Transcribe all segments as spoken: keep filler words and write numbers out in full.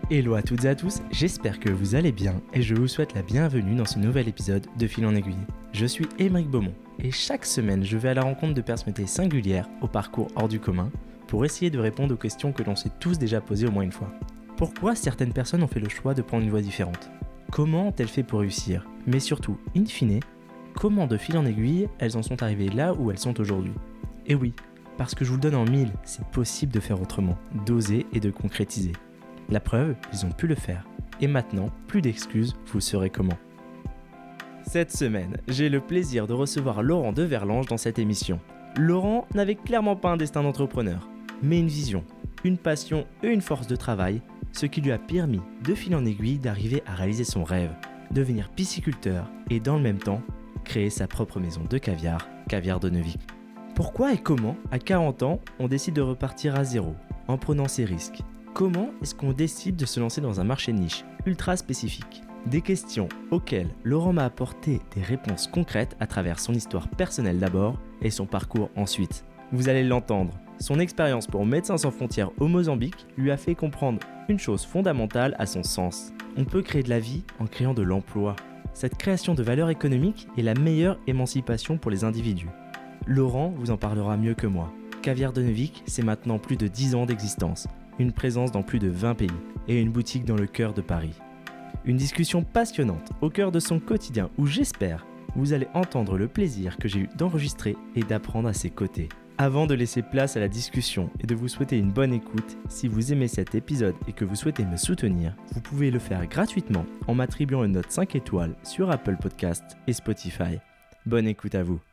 Hello à toutes et à tous, j'espère que vous allez bien et je vous souhaite la bienvenue dans ce nouvel épisode de Fil en Aiguille. Je suis Aymeric Beaumont et chaque semaine je vais à la rencontre de personnalités singulières au parcours hors du commun pour essayer de répondre aux questions que l'on s'est tous déjà posées au moins une fois. Pourquoi certaines personnes ont fait le choix de prendre une voie différente ? Comment ont-elles fait pour réussir ? Mais surtout, in fine, comment de fil en aiguille elles en sont arrivées là où elles sont aujourd'hui ? Et oui, parce que je vous le donne en mille, c'est possible de faire autrement, d'oser et de concrétiser. La preuve, ils ont pu le faire. Et maintenant, plus d'excuses, vous saurez comment. Cette semaine, j'ai le plaisir de recevoir Laurent Deverlange dans cette émission. Laurent n'avait clairement pas un destin d'entrepreneur, mais une vision, une passion et une force de travail, ce qui lui a permis, de fil en aiguille, d'arriver à réaliser son rêve, devenir pisciculteur et dans le même temps, créer sa propre maison de caviar, Caviar de Neuvik. Pourquoi et comment, à quarante ans, on décide de repartir à zéro, en prenant ses risques ? Comment est-ce qu'on décide de se lancer dans un marché de niche ultra spécifique ? Des questions auxquelles Laurent m'a apporté des réponses concrètes à travers son histoire personnelle d'abord et son parcours ensuite. Vous allez l'entendre, son expérience pour Médecins sans frontières au Mozambique lui a fait comprendre une chose fondamentale à son sens. On peut créer de la vie en créant de l'emploi. Cette création de valeur économique est la meilleure émancipation pour les individus. Laurent vous en parlera mieux que moi. Caviar de Neuvik, c'est maintenant plus de dix ans d'existence. Une présence dans plus de vingt pays et une boutique dans le cœur de Paris. Une discussion passionnante au cœur de son quotidien où j'espère vous allez entendre le plaisir que j'ai eu d'enregistrer et d'apprendre à ses côtés. Avant de laisser place à la discussion et de vous souhaiter une bonne écoute, si vous aimez cet épisode et que vous souhaitez me soutenir, vous pouvez le faire gratuitement en m'attribuant une note cinq étoiles sur Apple Podcasts et Spotify. Bonne écoute à vous.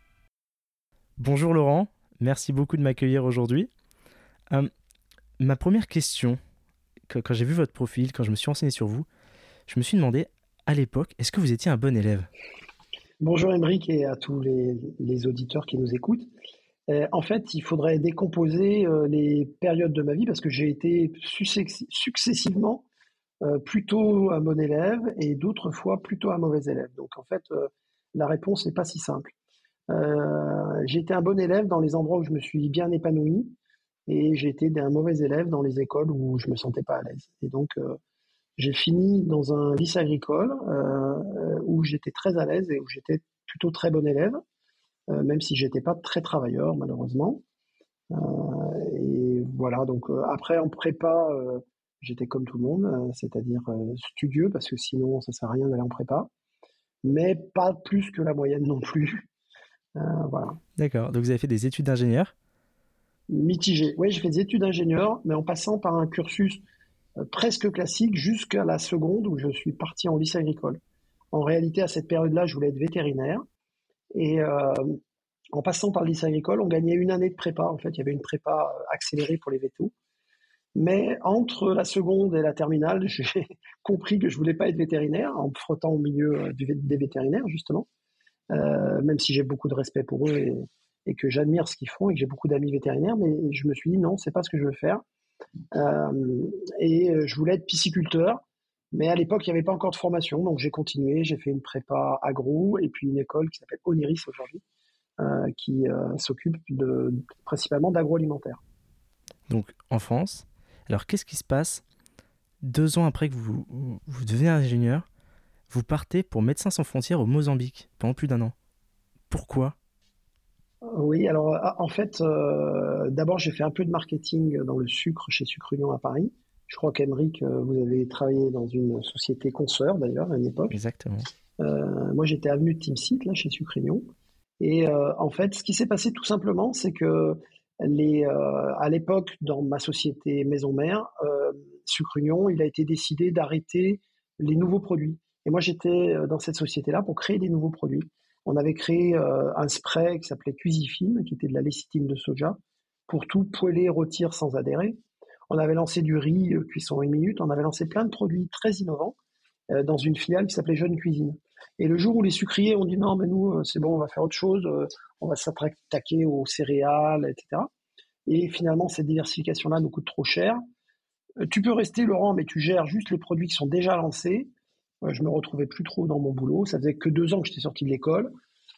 Bonjour Laurent, merci beaucoup de m'accueillir aujourd'hui. Euh, Ma première question, quand j'ai vu votre profil, quand je me suis renseigné sur vous, je me suis demandé, à l'époque, est-ce que vous étiez un bon élève ? Bonjour Aymeric et à tous les, les auditeurs qui nous écoutent. Euh, en fait, il faudrait décomposer euh, les périodes de ma vie parce que j'ai été success- successivement euh, plutôt un bon élève et d'autres fois plutôt un mauvais élève. Donc en fait, euh, la réponse n'est pas si simple. Euh, j'ai été un bon élève dans les endroits où je me suis bien épanoui. Et j'ai été un mauvais élève dans les écoles où je me sentais pas à l'aise. Et donc, euh, j'ai fini dans un lycée agricole euh, où j'étais très à l'aise et où j'étais plutôt très bon élève, euh, même si j'étais pas très travailleur malheureusement. Euh, et voilà. Donc euh, après en prépa, euh, j'étais comme tout le monde, euh, c'est-à-dire euh, studieux parce que sinon ça sert à rien d'aller en prépa, mais pas plus que la moyenne non plus. Euh, voilà. D'accord, donc vous avez fait des études d'ingénieur ? Mitigé. Oui, j'ai fait des études d'ingénieur, mais en passant par un cursus euh, presque classique jusqu'à la seconde où je suis parti en lycée agricole. En réalité, à cette période-là, je voulais être vétérinaire. Et euh, en passant par le lycée agricole, on gagnait une année de prépa. En fait, il y avait une prépa euh, accélérée pour les vétos. Mais entre la seconde et la terminale, j'ai compris que je voulais pas être vétérinaire en me frottant au milieu euh, du, des vétérinaires, justement. Euh, même si j'ai beaucoup de respect pour eux et, et que j'admire ce qu'ils font et que j'ai beaucoup d'amis vétérinaires, mais je me suis dit non, c'est pas ce que je veux faire. Euh, et je voulais être pisciculteur, mais à l'époque, il n'y avait pas encore de formation, donc j'ai continué, j'ai fait une prépa agro et puis une école qui s'appelle Oniris aujourd'hui, euh, qui euh, s'occupe de, principalement d'agroalimentaire. Donc en France. Alors qu'est-ce qui se passe deux ans après que vous, vous devenez ingénieur, vous partez pour Médecins sans frontières au Mozambique pendant plus d'un an. Pourquoi ? Oui, alors en fait, euh, d'abord j'ai fait un peu de marketing dans le sucre chez Sucrion à Paris. Je crois qu'Aymeric, vous avez travaillé dans une société consoeur d'ailleurs à une époque. Exactement. Euh, moi j'étais avenue de Timsit là chez Sucrion. Et euh, en fait, ce qui s'est passé tout simplement, c'est que les, euh, à l'époque, dans ma société maison mère, euh, Sucrion, il a été décidé d'arrêter les nouveaux produits. Et moi, j'étais dans cette société-là pour créer des nouveaux produits. On avait créé euh, un spray qui s'appelait Cuisifine, qui était de la lécithine de soja, pour tout poêler, rôtir sans adhérer. On avait lancé du riz euh, cuisson une minute. On avait lancé plein de produits très innovants euh, dans une filiale qui s'appelait Jeune Cuisine. Et le jour où les sucriers ont dit non, mais nous, c'est bon, on va faire autre chose, euh, on va s'attaquer aux céréales, et cetera. Et finalement, cette diversification-là nous coûte trop cher. Euh, tu peux rester, Laurent, mais tu gères juste les produits qui sont déjà lancés. Euh, je me retrouvais plus trop dans mon boulot. Ça faisait que deux ans que j'étais sorti de l'école.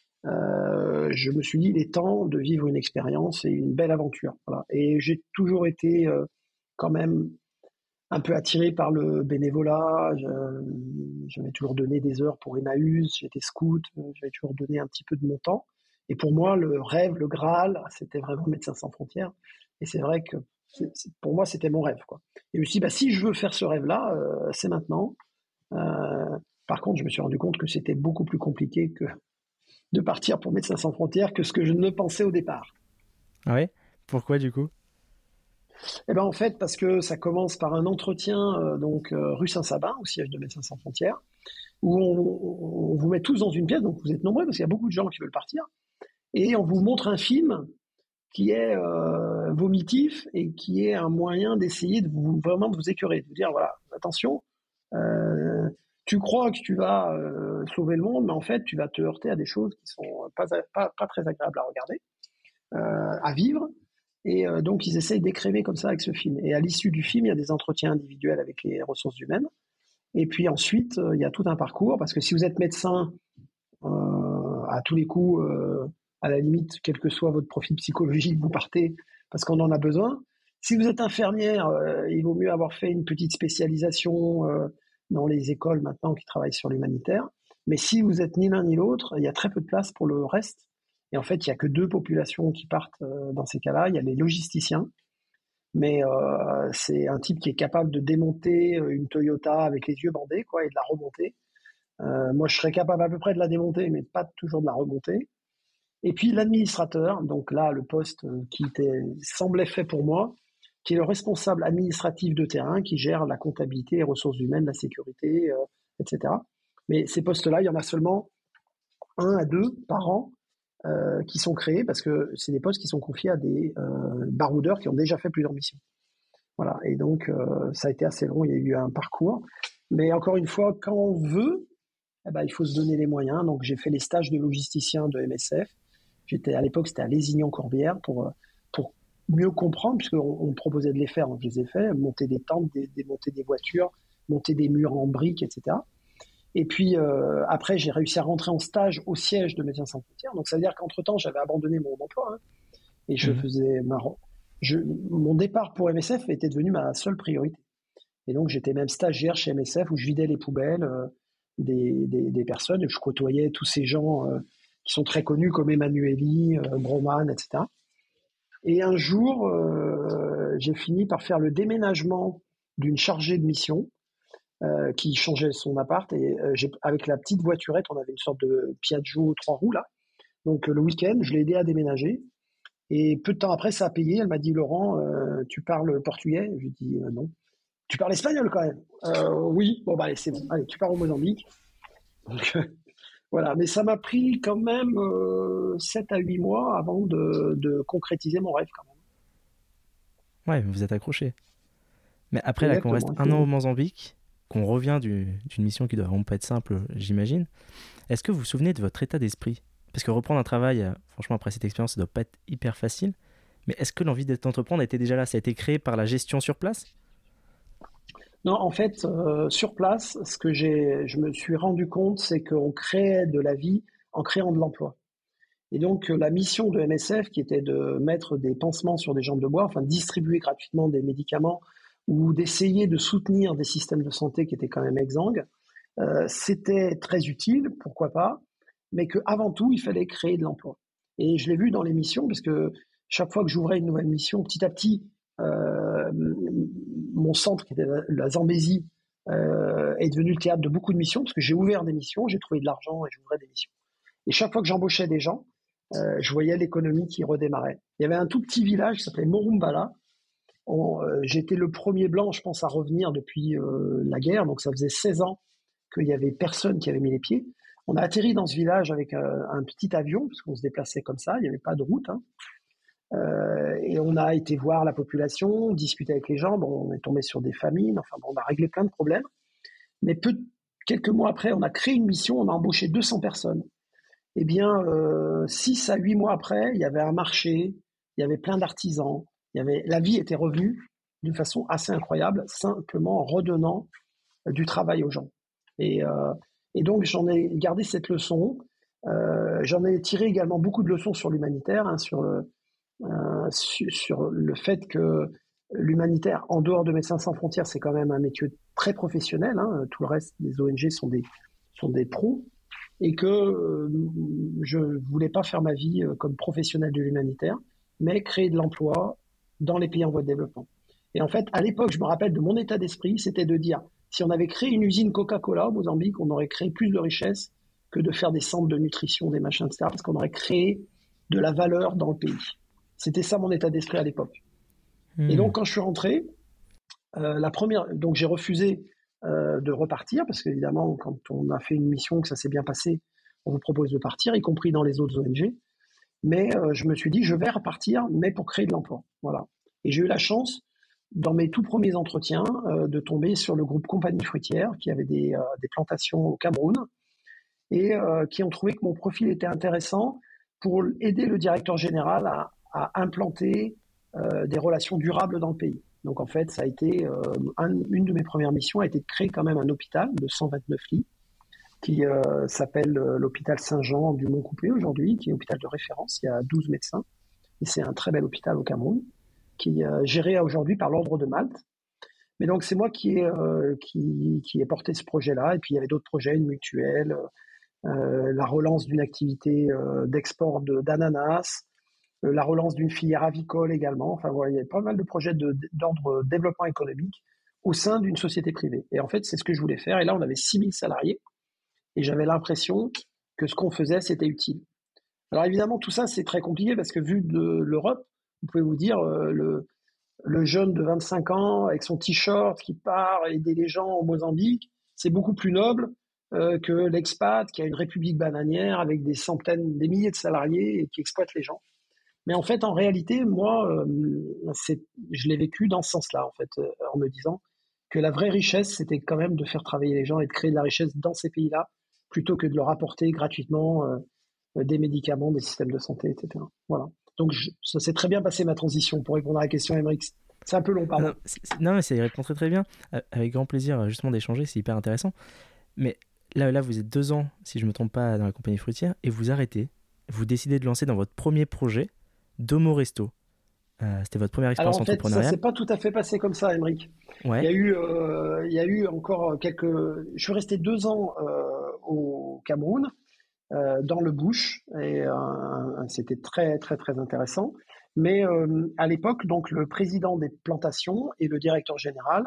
Euh, je me suis dit, il est temps de vivre une expérience et une belle aventure. Voilà. Et j'ai toujours été euh, quand même un peu attiré par le bénévolat. Je- J'avais toujours donné des heures pour Emmaüs, j'étais scout, euh, j'avais toujours donné un petit peu de mon temps. Et pour moi, le rêve, le Graal, c'était vraiment Médecins sans frontières. Et c'est vrai que c'est- c'est- pour moi, c'était mon rêve, quoi. Et je me suis dit, bah, si je veux faire ce rêve-là, euh, c'est maintenant. Euh, Par contre, je me suis rendu compte que c'était beaucoup plus compliqué que de partir pour Médecins sans frontières que ce que je ne pensais au départ. Ah ouais? Pourquoi du coup? Eh ben en fait, parce que ça commence par un entretien euh, donc euh, rue Saint-Sabin, au siège de Médecins sans frontières, où on, on vous met tous dans une pièce, donc vous êtes nombreux parce qu'il y a beaucoup de gens qui veulent partir, et on vous montre un film qui est euh, vomitif et qui est un moyen d'essayer de vous vraiment de vous écœurer, de vous dire voilà, attention, euh, tu crois que tu vas euh, sauver le monde, mais en fait tu vas te heurter à des choses qui sont pas, pas, pas très agréables à regarder, euh, à vivre. Et euh, donc, ils essayent d'écrémer comme ça avec ce film. Et à l'issue du film, il y a des entretiens individuels avec les ressources humaines. Et puis ensuite, euh, il y a tout un parcours, parce que si vous êtes médecin, euh, à tous les coups, euh, à la limite, quel que soit votre profil psychologique, vous partez parce qu'on en a besoin. Si vous êtes infirmière, euh, il vaut mieux avoir fait une petite spécialisation euh, dans les écoles maintenant qui travaillent sur l'humanitaire. Mais si vous êtes ni l'un ni l'autre, il y a très peu de place pour le reste. Et en fait, il y a que deux populations qui partent euh, dans ces cas-là. Il y a les logisticiens, mais euh, c'est un type qui est capable de démonter une Toyota avec les yeux bandés, quoi, et de la remonter. Euh, moi, je serais capable à peu près de la démonter, mais pas toujours de la remonter. Et puis l'administrateur, donc là, le poste qui était, semblait fait pour moi, qui est le responsable administratif de terrain, qui gère la comptabilité, les ressources humaines, la sécurité, euh, et cetera. Mais ces postes-là, il y en a seulement un à deux par an euh, qui sont créés parce que c'est des postes qui sont confiés à des euh, baroudeurs qui ont déjà fait plusieurs missions. Voilà. Et donc, euh, ça a été assez long. Il y a eu un parcours. Mais encore une fois, quand on veut, eh ben, il faut se donner les moyens. Donc, j'ai fait les stages de logisticien de M S F. J'étais à l'époque, c'était à Lézignan-Corbière pour pour mieux comprendre, puisqu'on on proposait de les faire, donc je les ai fait, monter des tentes, des, démonter des voitures, monter des murs en briques, et cetera. Et puis euh, après, j'ai réussi à rentrer en stage au siège de Médecins sans frontières. Donc ça veut dire qu'entre temps, j'avais abandonné mon emploi, hein, et je Mhm. faisais ma, je, mon départ pour M S F était devenu ma seule priorité. Et donc j'étais même stagiaire chez M S F où je vidais les poubelles euh, des, des, des personnes. Je côtoyais tous ces gens euh, qui sont très connus comme Emmanueli, euh, Broman, et cetera. Et un jour, euh, j'ai fini par faire le déménagement d'une chargée de mission euh, qui changeait son appart. Et euh, j'ai, avec la petite voiturette, on avait une sorte de Piaggio trois roues là. Donc euh, le week-end, je l'ai aidé à déménager. Et peu de temps après, ça a payé. Elle m'a dit, Laurent, euh, tu parles portugais? Je lui ai dit, euh, non. Tu parles espagnol quand même? euh, Oui. Bon, bah allez, c'est bon. Allez, tu pars au Mozambique. Donc, euh, voilà. Mais ça m'a pris quand même euh, sept à huit mois avant de, de concrétiser mon rêve quand même. Ouais, vous êtes accroché. Mais après, là, qu'on reste Exactement. Il un an au faut, Mozambique, qu'on revient du- d'une mission qui doit vraiment pas être simple, j'imagine, est-ce que vous vous souvenez de votre état d'esprit? Parce que reprendre un travail, euh, franchement, après cette expérience, ça doit pas être hyper facile. Mais est-ce que l'envie d'entreprendre était déjà là? Ça a été créé par la gestion sur place? Non, en fait, euh, sur place, ce que j'ai, je me suis rendu compte, c'est qu'on créait de la vie en créant de l'emploi. Et donc, euh, la mission de M S F, qui était de mettre des pansements sur des jambes de bois, enfin, de distribuer gratuitement des médicaments ou d'essayer de soutenir des systèmes de santé qui étaient quand même exsangues, euh, c'était très utile, pourquoi pas, mais qu'avant tout, il fallait créer de l'emploi. Et je l'ai vu dans les missions, parce que chaque fois que j'ouvrais une nouvelle mission, petit à petit, euh, mon centre, qui était la, la Zambésie, euh, est devenu le théâtre de beaucoup de missions, parce que j'ai ouvert des missions, j'ai trouvé de l'argent et j'ouvrais des missions. Et chaque fois que j'embauchais des gens, euh, je voyais l'économie qui redémarrait. Il y avait un tout petit village qui s'appelait Morumbala. On, euh, j'étais le premier blanc, je pense, à revenir depuis euh, la guerre, donc ça faisait seize ans qu'il y avait personne qui avait mis les pieds. On a atterri dans ce village avec un, un petit avion, parce qu'on se déplaçait comme ça, il n'y avait pas de route, hein. Euh, et on a été voir la population, discuter avec les gens. Bon, on est tombé sur des famines. Enfin, bon, on a réglé plein de problèmes. Mais peu, quelques mois après, on a créé une mission. On a embauché deux cents personnes. Eh bien, euh, six à huit mois après, il y avait un marché, il y avait plein d'artisans. Il y avait, la vie était revenue d'une façon assez incroyable, simplement en redonnant euh, du travail aux gens. Et, euh, et donc, j'en ai gardé cette leçon. Euh, j'en ai tiré également beaucoup de leçons sur l'humanitaire, hein, sur le, euh, sur, sur le fait que l'humanitaire, en dehors de Médecins sans frontières, c'est quand même un métier très professionnel. Hein. Tout le reste des O N G sont des, sont des pros. Et que euh, je voulais pas faire ma vie euh, comme professionnel de l'humanitaire, mais créer de l'emploi dans les pays en voie de développement. Et en fait, à l'époque, je me rappelle de mon état d'esprit, c'était de dire, si on avait créé une usine Coca-Cola au Mozambique, on aurait créé plus de richesses que de faire des centres de nutrition, des machins, et cetera, parce qu'on aurait créé de la valeur dans le pays. C'était ça mon état d'esprit à l'époque. Mmh. Et donc, quand je suis rentré, euh, la première, donc j'ai refusé euh, de repartir parce qu'évidemment, quand on a fait une mission, que ça s'est bien passé, on vous propose de partir, y compris dans les autres O N G. Mais euh, je me suis dit, je vais repartir, mais pour créer de l'emploi. Voilà. Et j'ai eu la chance, dans mes tout premiers entretiens, euh, de tomber sur le groupe Compagnie Fruitière, qui avait des, euh, des plantations au Cameroun, et euh, qui ont trouvé que mon profil était intéressant pour aider le directeur général à, à implanter euh, des relations durables dans le pays. Donc en fait, ça a été euh, un, une de mes premières missions a été de créer quand même un hôpital de cent vingt-neuf lits qui euh, s'appelle euh, l'hôpital Saint-Jean du Mont-Coupé aujourd'hui, qui est un hôpital de référence. Il y a douze médecins et c'est un très bel hôpital au Cameroun qui est euh, géré aujourd'hui par l'Ordre de Malte. Mais donc c'est moi qui ai euh, qui, qui ai porté ce projet-là. Et puis il y avait d'autres projets, une mutuelle, euh, la relance d'une activité euh, d'export de, d'ananas, euh, la relance d'une filière avicole également. Enfin voilà, il y avait pas mal de projets de, d'ordre développement économique au sein d'une société privée. Et en fait, c'est ce que je voulais faire. Et là, on avait six mille salariés. Et j'avais l'impression que ce qu'on faisait, c'était utile. Alors évidemment, tout ça, c'est très compliqué parce que vu de l'Europe, vous pouvez vous dire, euh, le, le jeune de vingt-cinq ans avec son t-shirt qui part aider les gens au Mozambique, c'est beaucoup plus noble euh, que l'expat qui a une république bananière avec des centaines, des milliers de salariés et qui exploite les gens. Mais en fait, en réalité, moi, euh, c'est, je l'ai vécu dans ce sens-là, en fait, euh, en me disant que la vraie richesse, c'était quand même de faire travailler les gens et de créer de la richesse dans ces pays-là, plutôt que de leur apporter gratuitement euh, des médicaments, des systèmes de santé, et cetera. Voilà. Donc, je, ça s'est très bien passé ma transition pour répondre à la question, Émeric. C'est un peu long, pardon. Non, c'est, c'est, non mais ça y répond très très bien. Avec grand plaisir, justement, d'échanger, c'est hyper intéressant. Mais là, là, vous êtes deux ans, si je ne me trompe pas, dans la compagnie fruitière, et vous arrêtez. Vous décidez de lancer dans votre premier projet, Domo Resto. Euh, c'était votre première expérience Alors en fait, ça entrepreneuriale. s'est pas tout à fait passé comme ça, Émeric. Ouais. Il y a eu, euh, il y a eu encore quelques. Je suis resté deux ans euh, au Cameroun, euh, dans le bush, et euh, c'était très très très intéressant. Mais euh, à l'époque, donc le président des plantations et le directeur général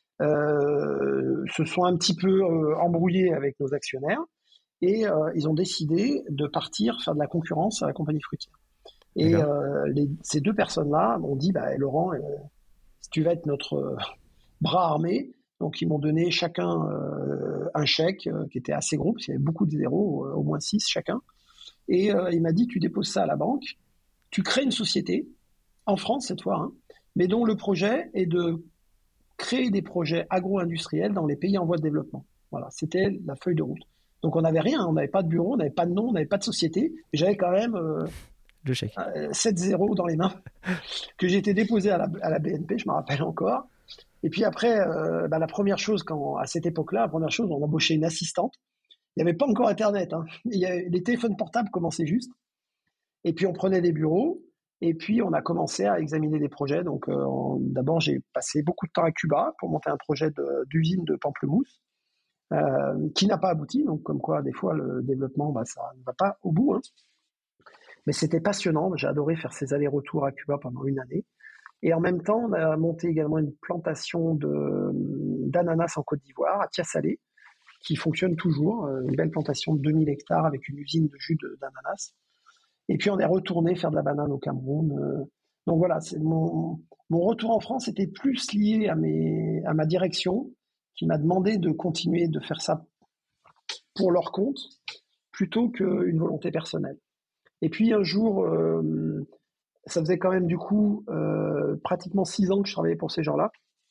euh, se sont un petit peu euh, embrouillés avec nos actionnaires et euh, ils ont décidé de partir faire de la concurrence à la compagnie fruitière. Et euh, les, ces deux personnes-là m'ont dit, bah, Laurent, euh, si tu vas être notre euh, bras armé, donc ils m'ont donné chacun euh, un chèque euh, qui était assez gros, parce qu'il y avait beaucoup de zéros, euh, au moins six chacun. Et euh, il m'a dit, tu déposes ça à la banque, tu crées une société, en France cette fois, hein, mais dont le projet est de créer des projets agro-industriels dans les pays en voie de développement. Voilà, c'était la feuille de route. Donc on n'avait rien, on n'avait pas de bureau, on n'avait pas de nom, on n'avait pas de société, mais j'avais quand même... Euh, le chèque. sept zéro dans les mains, que j'ai été déposé à la, à la B N P, je me rappelle encore. Et puis après, euh, bah, la première chose, quand, à cette époque-là, la première chose, on embauchait une assistante. Il n'y avait pas encore Internet. Hein. Il y avait, les téléphones portables commençaient juste. Et puis on prenait des bureaux. Et puis on a commencé à examiner des projets. Donc euh, on, d'abord, j'ai passé beaucoup de temps à Cuba pour monter un projet de, d'usine de pamplemousse euh, qui n'a pas abouti. Donc comme quoi, des fois, le développement, bah, ça ne va pas au bout. Hein. Mais c'était passionnant, j'ai adoré faire ces allers-retours à Cuba pendant une année. Et en même temps, on a monté également une plantation de, d'ananas en Côte d'Ivoire, à Tia-Salé, qui fonctionne toujours, une belle plantation de deux mille hectares avec une usine de jus de, d'ananas. Et puis on est retourné faire de la banane au Cameroun. Donc voilà, c'est mon, mon retour en France était plus lié à, mes, à ma direction, qui m'a demandé de continuer de faire ça pour leur compte, plutôt qu'une volonté personnelle. Et puis un jour, euh, ça faisait quand même du coup euh, pratiquement six ans que je travaillais pour ces gens-là.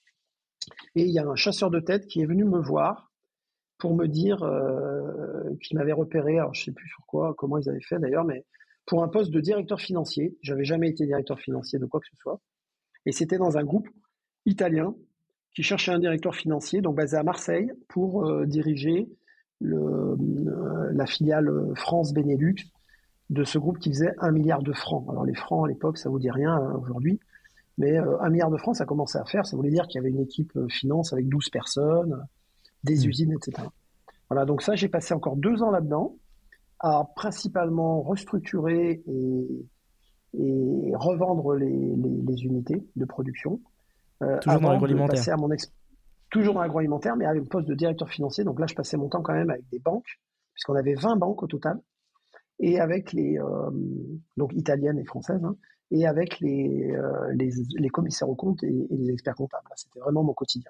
Et il y a un chasseur de tête qui est venu me voir pour me dire euh, qu'il m'avait repéré, alors je sais plus sur quoi, comment ils avaient fait d'ailleurs, mais pour un poste de directeur financier. J'avais jamais été directeur financier de quoi que ce soit. Et c'était dans un groupe italien qui cherchait un directeur financier, donc basé à Marseille, pour euh, diriger le, euh, la filiale France Benelux de ce groupe qui faisait un milliard de francs. Alors les francs à l'époque, ça vous dit rien hein, aujourd'hui, Mais euh, un milliard de francs, ça commençait à faire. Ça voulait dire qu'il y avait une équipe euh, finance avec douze personnes, des Hmm. usines, et cetera. Voilà, donc ça, j'ai passé encore deux ans là-dedans à principalement restructurer et, et revendre les, les, les unités de production euh, Toujours dans avant de l'agroalimentaire. passer à mon ex toujours dans l'agroalimentaire, mais avec le poste de directeur financier. Donc là, je passais mon temps quand même avec des banques, puisqu'on avait vingt banques au total, et avec les euh, donc italiennes et françaises, hein, et avec les, euh, les, les commissaires aux comptes et, et les experts comptables. C'était vraiment mon quotidien.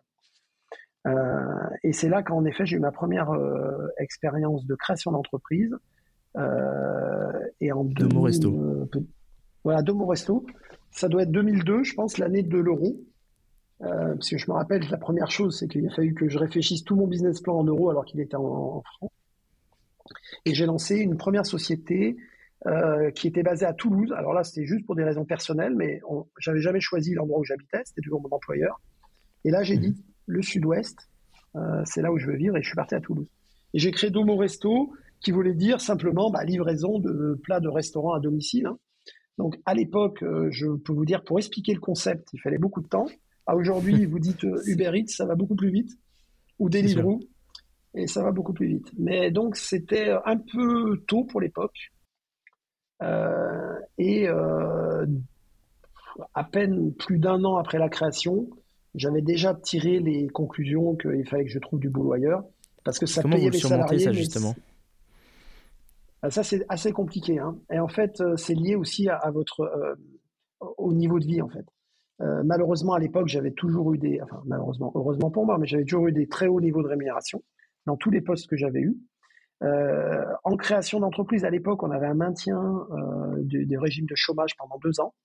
Euh, et c'est là qu'en effet, j'ai eu ma première euh, expérience de création d'entreprise. Euh, et en Domo deux mille, Resto. euh, voilà, Domo Resto, ça doit être deux mille deux, je pense, l'année de l'euro. Euh, parce que je me rappelle, la première chose, c'est qu'il a fallu que je réfléchisse tout mon business plan en euros alors qu'il était en, en francs. Et j'ai lancé une première société euh, qui était basée à Toulouse. Alors là, c'était juste pour des raisons personnelles, mais on, j'avais jamais choisi l'endroit où j'habitais. C'était toujours mon employeur. Et là, j'ai Mhm. dit le Sud-Ouest, euh, c'est là où je veux vivre, et je suis parti à Toulouse. Et j'ai créé Domo Resto, qui voulait dire simplement bah, livraison de plats de restaurant à domicile, hein. Donc à l'époque, euh, je peux vous dire, pour expliquer le concept, il fallait beaucoup de temps. À aujourd'hui, vous dites euh, C'est Uber Eats, ça va beaucoup plus vite, ou c'est sûr. Deliveroo, et ça va beaucoup plus vite. Mais donc c'était un peu tôt pour l'époque. Euh, et euh, à peine plus d'un an après la création, j'avais déjà tiré les conclusions qu'il fallait que je trouve du boulot ailleurs, parce que Et ça comment vous payait le les surmontez, salariés, ça, mais justement? ça c'est assez compliqué, hein. Et en fait, euh, c'est lié aussi à, à votre euh, au niveau de vie en fait. Euh, malheureusement, à l'époque, j'avais toujours eu des, enfin malheureusement, heureusement pour moi, mais j'avais toujours eu des très hauts niveaux de rémunération dans tous les postes que j'avais eus. Euh, en création d'entreprise, à l'époque, on avait un maintien euh, du, des régimes de chômage pendant deux ans.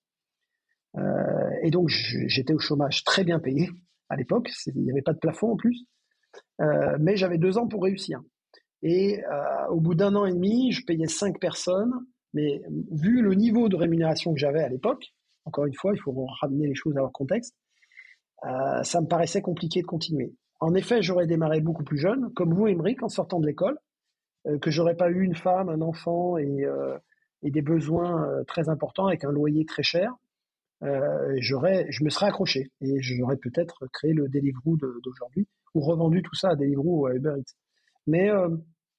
Euh, et donc, j'étais au chômage très bien payé à l'époque. Il n'y avait pas de plafond en plus. Euh, mais j'avais deux ans pour réussir. Et euh, au bout d'un an et demi, je payais cinq personnes. Mais vu le niveau de rémunération que j'avais à l'époque, encore une fois, il faut ramener les choses à leur contexte, euh, ça me paraissait compliqué de continuer. En effet, j'aurais démarré beaucoup plus jeune, comme vous, Émeric, en sortant de l'école, euh, que j'aurais pas eu une femme, un enfant et, euh, et des besoins euh, très importants avec un loyer très cher. Euh, j'aurais, je me serais accroché et j'aurais peut-être créé le Deliveroo de, d'aujourd'hui ou revendu tout ça à Deliveroo ou à Uber Eats. Mais euh,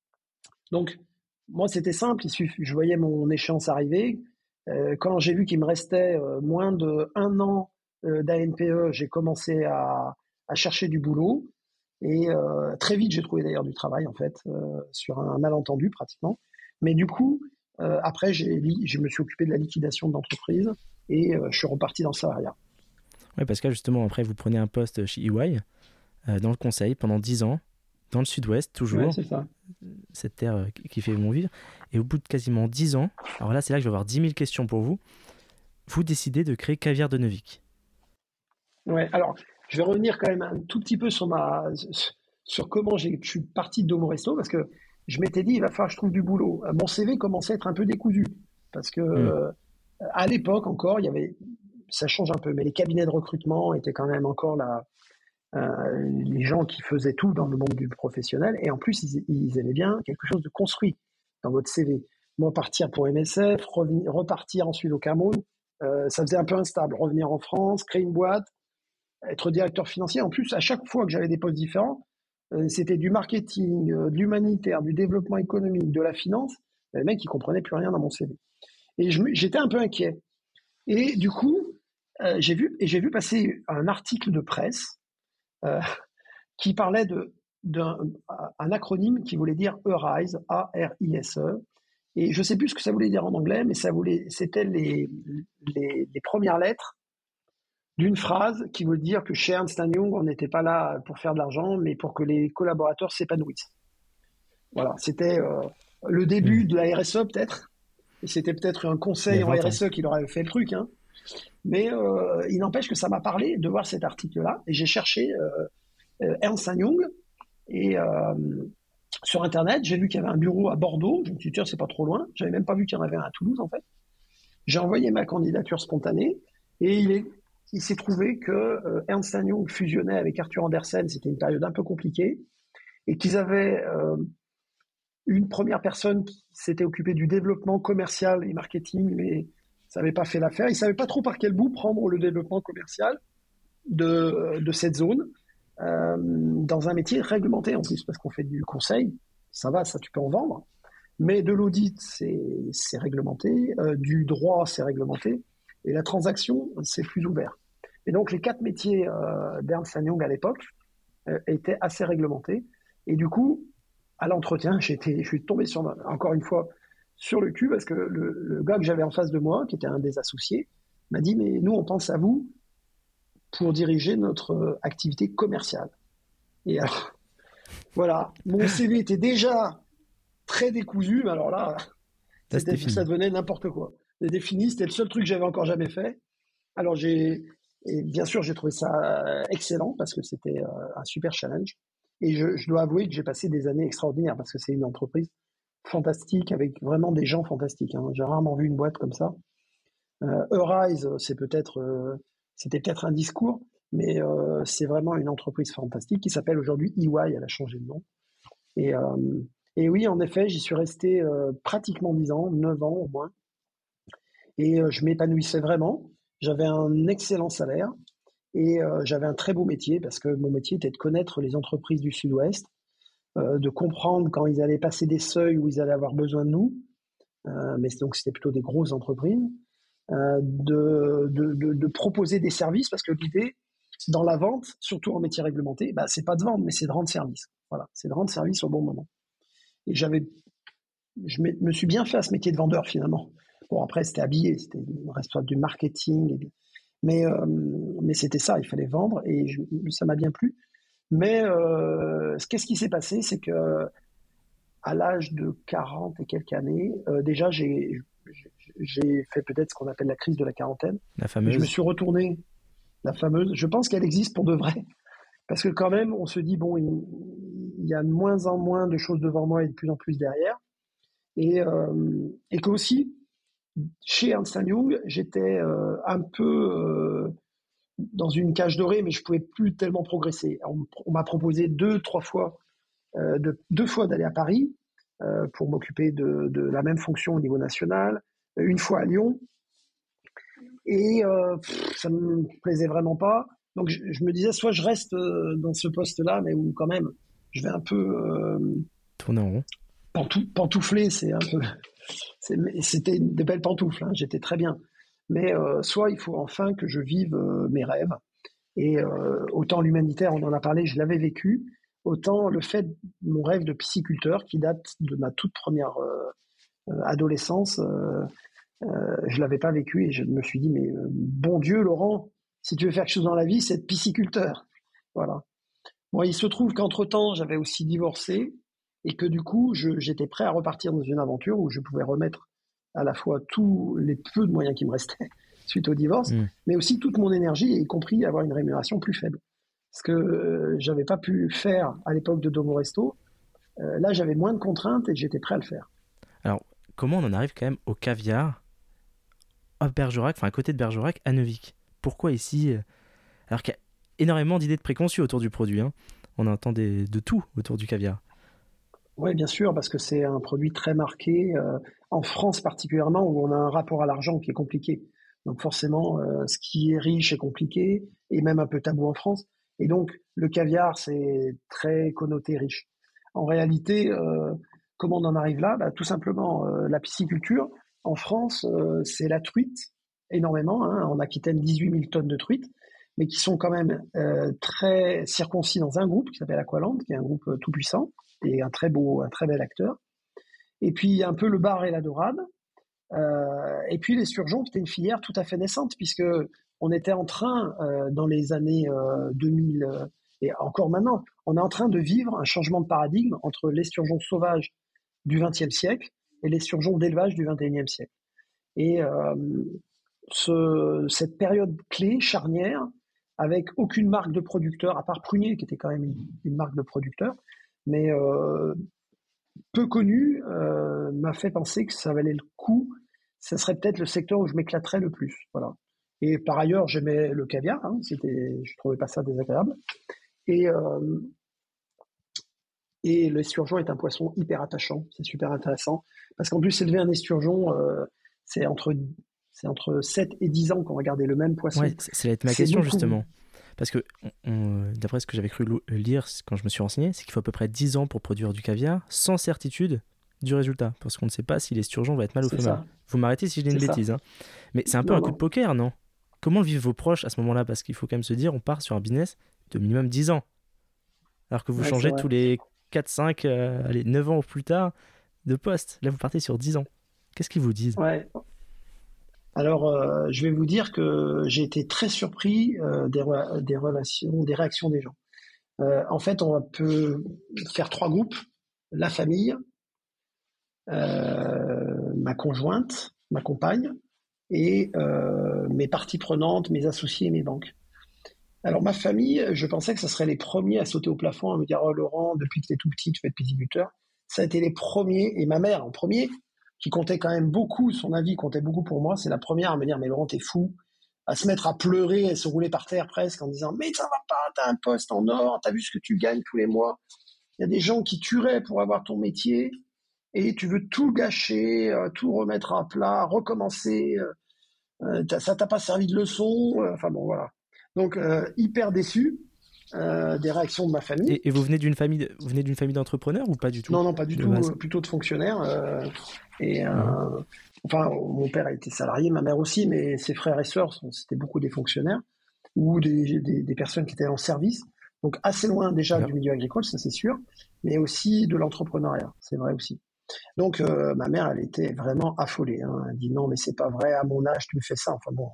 donc, moi, c'était simple. Il suffit, je voyais mon échéance arriver. Euh, quand j'ai vu qu'il me restait euh, moins de un an euh, d'A N P E, j'ai commencé à, à chercher du boulot. Et euh, très vite, j'ai trouvé d'ailleurs du travail, en fait, euh, sur un malentendu pratiquement. Mais du coup, euh, après, j'ai, li- je me suis occupé de la liquidation de l'entreprise et euh, je suis reparti dans le salariat. Oui, parce que là, justement, après, vous prenez un poste chez E Y, euh, dans le conseil, pendant dix ans, dans le sud-ouest, Ouais, toujours, c'est ça. cette terre euh, qui qui fait bon vivre. Et au bout de quasiment dix ans, alors là, c'est là que je vais avoir dix mille questions pour vous, vous décidez de créer Caviar de Neuvik. Ouais, alors, je vais revenir quand même un tout petit peu sur ma, sur comment j'ai, je suis parti de Domo Resto parce que je m'étais dit, il va falloir que je trouve du boulot. Euh, Mon C V commençait à être un peu décousu parce que, Hmm. euh, à l'époque encore, il y avait, ça change un peu, mais les cabinets de recrutement étaient quand même encore là, euh, les gens qui faisaient tout dans le monde du professionnel et en plus, ils, ils aimaient bien quelque chose de construit dans votre C V. Moi, partir pour M S F, revenir, repartir ensuite au Cameroun, euh, ça faisait un peu instable. Revenir en France, créer une boîte, être directeur financier. En plus, à chaque fois que j'avais des postes différents, euh, c'était du marketing, euh, de l'humanitaire, du développement économique, de la finance. Les mecs, ils comprenaient plus rien dans mon C V. Et je, j'étais un peu inquiet. Et du coup, euh, j'ai vu et j'ai vu passer un article de presse euh, qui parlait de d'un un acronyme qui voulait dire Arise, A R I S E. Et je sais plus ce que ça voulait dire en anglais, mais ça voulait, c'était les, les, les premières lettres d'une phrase qui veut dire que chez Ernst Young, on n'était pas là pour faire de l'argent, mais pour que les collaborateurs s'épanouissent. Voilà, c'était euh, le Hmm. début de la R S E peut-être, et c'était peut-être un Il y a conseil en vingt ans. R S E qui leur avait fait le truc, hein. Mais euh, il n'empêche que ça m'a parlé de voir cet article-là, et j'ai cherché euh, euh, Ernst Young, et euh, sur Internet, j'ai vu qu'il y avait un bureau à Bordeaux, je me suis dit, tiens, c'est pas trop loin, j'avais même pas vu qu'il y en avait un à Toulouse en fait. J'ai envoyé ma candidature spontanée et il est, il s'est trouvé que euh, Ernst Young fusionnait avec Arthur Andersen, c'était une période un peu compliquée, et qu'ils avaient euh, une première personne qui s'était occupée du développement commercial et marketing, mais Ça n'avait pas fait l'affaire. Ils ne savaient pas trop par quel bout prendre le développement commercial de, de cette zone euh, dans un métier réglementé en plus, parce qu'on fait du conseil. Ça va, ça tu peux en vendre. Mais de l'audit, c'est, c'est réglementé. Euh, du droit, c'est réglementé. Et la transaction, c'est plus ouvert. Et donc, les quatre métiers euh, d'Ernst and Young à l'époque euh, étaient assez réglementés. Et du coup, à l'entretien, j'étais, je suis tombé sur, encore une fois, sur le cul parce que le, le gars que j'avais en face de moi, qui était un des associés, m'a dit, mais nous, on pense à vous pour diriger notre activité commerciale. Et alors, voilà, mon C V était déjà très décousu, mais alors là, Là, c'était, c'était fini. ça devenait n'importe quoi. C'était fini, c'était le seul truc que j'avais encore jamais fait. Alors j'ai, et bien sûr, j'ai trouvé ça excellent parce que c'était un super challenge. Et je, je dois avouer que j'ai passé des années extraordinaires parce que c'est une entreprise fantastique avec vraiment des gens fantastiques. Hein. J'ai rarement vu une boîte comme ça. Euh, Eurise, c'est peut-être, euh, c'était peut-être un discours, mais euh, c'est vraiment une entreprise fantastique qui s'appelle aujourd'hui E Y. Elle a changé de nom. Et, euh, et oui, en effet, j'y suis resté euh, pratiquement dix ans, neuf ans au moins. Et euh, je m'épanouissais vraiment. J'avais un excellent salaire et euh, j'avais un très beau métier parce que mon métier était de connaître les entreprises du Sud-Ouest, euh, de comprendre quand ils allaient passer des seuils où ils allaient avoir besoin de nous. Euh, mais donc c'était plutôt des grosses entreprises. Euh, de, de, de, de proposer des services parce que l'idée dans la vente, surtout en métier réglementé, bah, c'est pas de vendre, mais c'est de rendre service. Voilà, c'est de rendre service au bon moment. Et j'avais, je me suis bien fait à ce métier de vendeur finalement. Bon, après, c'était habillé, c'était responsable du marketing, mais, euh, mais c'était ça, il fallait vendre et je, ça m'a bien plu. Mais euh, qu'est-ce qui s'est passé, c'est que à l'âge de quarante et quelques années, euh, déjà, j'ai, j'ai fait peut-être ce qu'on appelle la crise de la quarantaine. La Et je me fameuse. suis retourné, la fameuse, je pense qu'elle existe pour de vrai. Parce que quand même, on se dit, bon, il, il y a de moins en moins de choses devant moi et de plus en plus derrière. Et, euh, et qu'aussi, chez Ernst and Young, j'étais euh, un peu euh, dans une cage dorée, mais je pouvais plus tellement progresser. On, on m'a proposé deux, trois fois, euh, de, deux fois d'aller à Paris euh, pour m'occuper de, de la même fonction au niveau national, une fois à Lyon, et euh, pff, ça me plaisait vraiment pas. Donc je, je me disais, soit je reste euh, dans ce poste-là, mais où quand même, je vais un peu euh, Tourner en rond. pantou, pantoufler, c'est un peu, c'est, c'était des belles pantoufles, hein, j'étais très bien. Mais euh, soit il faut enfin que je vive euh, mes rêves. Et euh, autant l'humanitaire, on en a parlé, je l'avais vécu, autant le fait, mon rêve de pisciculteur, qui date de ma toute première euh, adolescence, euh, euh, je l'avais pas vécu et je me suis dit, mais euh, bon Dieu, Laurent, si tu veux faire quelque chose dans la vie, c'est être pisciculteur. Voilà. Bon, il se trouve qu'entre-temps, j'avais aussi divorcé et que du coup, je, j'étais prêt à repartir dans une aventure où je pouvais remettre à la fois tous les peu de moyens qui me restaient suite au divorce, Mmh. mais aussi toute mon énergie, y compris avoir une rémunération plus faible. Ce que euh, j'avais pas pu faire à l'époque de Domo Resto. Euh, là, j'avais moins de contraintes et j'étais prêt à le faire. Alors, comment on en arrive quand même au caviar à Bergerac, enfin à côté de Bergerac, à Neuvic? Pourquoi ici? Alors qu'il y a énormément d'idées de préconçues autour du produit. Hein. On entend des, de tout autour du caviar. Oui, bien sûr, parce que c'est un produit très marqué, euh, en France particulièrement, où on a un rapport à l'argent qui est compliqué. Donc forcément, euh, ce qui est riche est compliqué, et même un peu tabou en France. Et donc, le caviar, c'est très connoté riche. En réalité, euh, comment on en arrive là? Bah, tout simplement, euh, la pisciculture, en France, euh, c'est la truite, énormément. Hein. En Aquitaine, dix-huit mille tonnes de truite, mais qui sont quand même euh, très circoncis dans un groupe qui s'appelle Aqualand, qui est un groupe euh, tout puissant et un très beau, un très bel acteur. Et puis un peu le bar et la dorade. Euh, et puis les surgeons, qui était une filière tout à fait naissante, puisque on était en train, euh, dans les années euh, deux mille, euh, et encore maintenant, on est en train de vivre un changement de paradigme entre l'esturgeon sauvage du vingtième siècle et l'esturgeon d'élevage du vingt et unième siècle. Et euh, ce, cette période clé, charnière, avec aucune marque de producteur, à part Prunier, qui était quand même une, une marque de producteur, mais euh, peu connu, euh, m'a fait penser que ça valait le coup. Ça serait peut-être le secteur où je m'éclaterais le plus. Voilà. Et par ailleurs, j'aimais le caviar. Hein, c'était, je trouvais pas ça désagréable. Et euh, et l'esturgeon est un poisson hyper attachant. C'est super intéressant parce qu'en plus, élever un esturgeon, euh, c'est entre C'est entre sept et dix ans qu'on va garder le même poisson. Ouais, ça va être ma C'est question beaucoup. justement. Parce que, on- on- d'après ce que j'avais cru lo- lire quand je me suis renseigné, c'est qu'il faut à peu près dix ans pour produire du caviar, sans certitude du résultat. Parce qu'on ne sait pas si l'esturgeon va être mâle ou C'est femelle. ça, Vous m'arrêtez si je dis une c'est ça. bêtise, hein. Mais c'est un peu Non, un coup de non. poker, non? Comment vivent vos proches à ce moment-là? Parce qu'il faut quand même se dire, on part sur un business de minimum dix ans. Alors que vous Ouais, c'est changez vrai. tous les quatre, cinq, euh, allez, neuf ans ou plus tard de poste. Là, vous partez sur dix ans. Qu'est-ce qu'ils vous disent? Ouais. Alors, euh, je vais vous dire que j'ai été très surpris euh, des, re- des relations, des réactions des gens. Euh, en fait, on peut faire trois groupes. La famille, euh, ma conjointe, ma compagne, et euh, mes parties prenantes, mes associés et mes banques. Alors ma famille, je pensais que ce serait les premiers à sauter au plafond, à me dire oh Laurent, depuis que t'es tout petit, tu vas être pisciculteur. Ça a été les premiers, et ma mère en premier, qui comptait quand même beaucoup, son avis comptait beaucoup pour moi, c'est la première à me dire mais Laurent, t'es fou, à se mettre à pleurer et se rouler par terre presque en disant mais ça va pas, t'as un poste en or, t'as vu ce que tu gagnes tous les mois, il y a des gens qui tueraient pour avoir ton métier et tu veux tout gâcher, euh, tout remettre à plat, recommencer, euh, t'as- ça t'a pas servi de leçon, euh, enfin bon voilà. Donc euh, hyper déçu euh, des réactions de ma famille. Et, et vous venez d'une famille, de- vous venez d'une famille d'entrepreneurs ou pas du tout, Non, non, pas du de tout, base? euh, plutôt de fonctionnaires. euh, et euh, Mhm. enfin, mon père a été salarié, ma mère aussi, mais ses frères et sœurs, sont- c'était beaucoup des fonctionnaires ou des, des, des personnes qui étaient en service. Donc assez loin déjà du D'accord. milieu agricole, ça c'est sûr, mais aussi de l'entrepreneuriat, c'est vrai aussi. Donc euh, ma mère, elle était vraiment affolée. Hein. Elle dit non, mais c'est pas vrai, à mon âge, tu me fais ça. Enfin bon,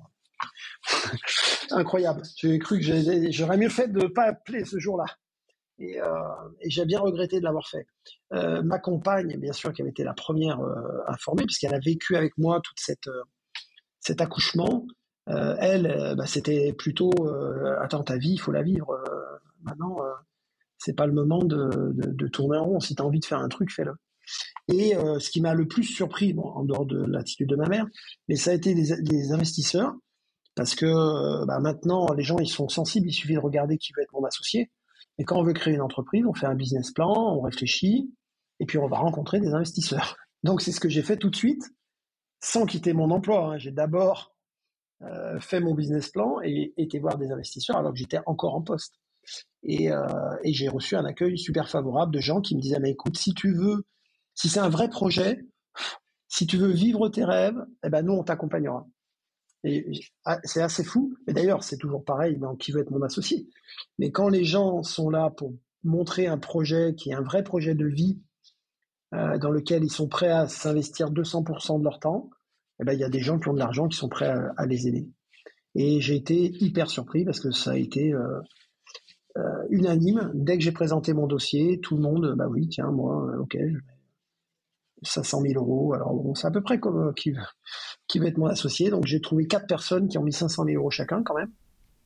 incroyable. J'ai cru que j'ai- j'aurais mieux fait de ne pas appeler ce jour-là. Et, euh, et j'ai bien regretté de l'avoir fait. Euh, ma compagne, bien sûr, qui avait été la première euh, informée, puisqu'elle a vécu avec moi tout cette, euh, cet accouchement, euh, elle, euh, bah, c'était plutôt euh, attends, ta vie, il faut la vivre. Euh, maintenant, euh, c'est pas le moment de, de, de tourner en rond. Si tu as envie de faire un truc, fais-le. Et euh, ce qui m'a le plus surpris, bon, en dehors de l'attitude de ma mère, mais ça a été des, des investisseurs, parce que euh, bah, maintenant, les gens, ils sont sensibles, il suffit de regarder qui veut être mon associé. Et quand on veut créer une entreprise, on fait un business plan, on réfléchit, et puis on va rencontrer des investisseurs. Donc c'est ce que j'ai fait tout de suite, sans quitter mon emploi. Hein. J'ai d'abord euh, fait mon business plan et été voir des investisseurs alors que j'étais encore en poste. Et, euh, et j'ai reçu un accueil super favorable de gens qui me disaient, mais écoute, si tu veux, si c'est un vrai projet, si tu veux vivre tes rêves, eh ben nous, on t'accompagnera. Et ah, c'est assez fou. Et d'ailleurs, c'est toujours pareil dans qui veut être mon associé. Mais quand les gens sont là pour montrer un projet qui est un vrai projet de vie, euh, dans lequel ils sont prêts à s'investir deux cents pour cent de leur temps, eh ben, il y a des gens qui ont de l'argent qui sont prêts à, à les aider. Et j'ai été hyper surpris parce que ça a été euh, euh, unanime. Dès que j'ai présenté mon dossier, tout le monde, bah oui, tiens, moi, euh, ok, je mets cinq cent mille euros. Alors bon, c'est à peu près comme euh, qui, qui va être mon associé. Donc j'ai trouvé quatre personnes qui ont mis cinq cent mille euros chacun quand même.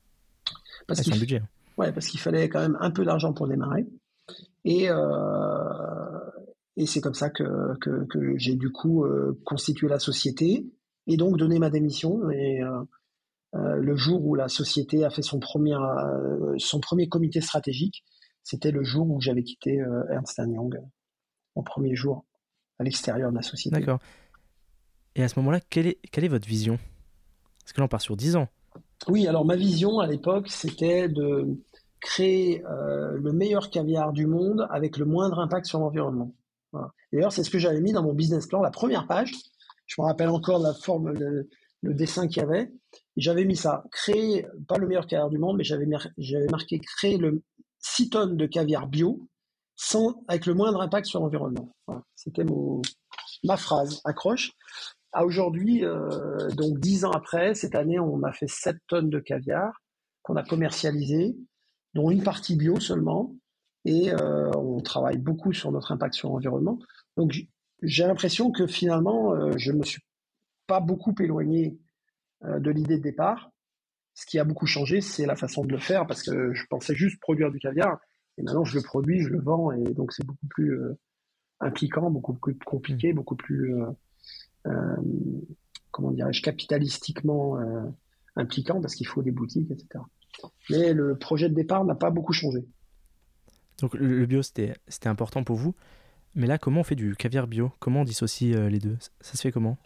Parce Ouais, qu'il c'est un budget. ouais, parce qu'il fallait quand même un peu d'argent pour démarrer. Et, euh, et c'est comme ça que, que, que j'ai du coup euh, constitué la société et donc donné ma démission. Et euh, euh, le jour où la société a fait son premier, euh, son premier comité stratégique, c'était le jour où j'avais quitté euh, Ernst and Young, mon premier jour à l'extérieur de la société. D'accord. Et à ce moment-là, quelle est, quelle est votre vision? Parce que là, on part sur dix ans. Oui, alors ma vision à l'époque, c'était de créer euh, le meilleur caviar du monde avec le moindre impact sur l'environnement. Voilà. D'ailleurs, c'est ce que j'avais mis dans mon business plan, la première page. Je me rappelle encore la forme, le, le dessin qu'il y avait. J'avais mis ça, créer, pas le meilleur caviar du monde, mais j'avais, j'avais marqué créer le six tonnes de caviar bio sans, avec le moindre impact sur l'environnement. Voilà. C'était mon, ma phrase, accroche. À aujourd'hui, euh, donc dix ans après, cette année, on a fait sept tonnes de caviar qu'on a commercialisé, dont une partie bio seulement, et euh, on travaille beaucoup sur notre impact sur l'environnement. Donc j'ai l'impression que finalement, euh, je me suis pas beaucoup éloigné euh, de l'idée de départ. Ce qui a beaucoup changé, c'est la façon de le faire, parce que je pensais juste produire du caviar, et maintenant je le produis, je le vends, et donc c'est beaucoup plus euh, impliquant, beaucoup plus Hmm. compliqué, beaucoup plus euh, euh, comment dirais-je, capitalistiquement euh, impliquant parce qu'il faut des boutiques, et cetera. Mais le projet de départ n'a pas beaucoup changé. Donc le, le bio, c'était, c'était important pour vous. Mais là, comment on fait du caviar bio? Comment on dissocie euh, les deux? Ça, ça se fait comment?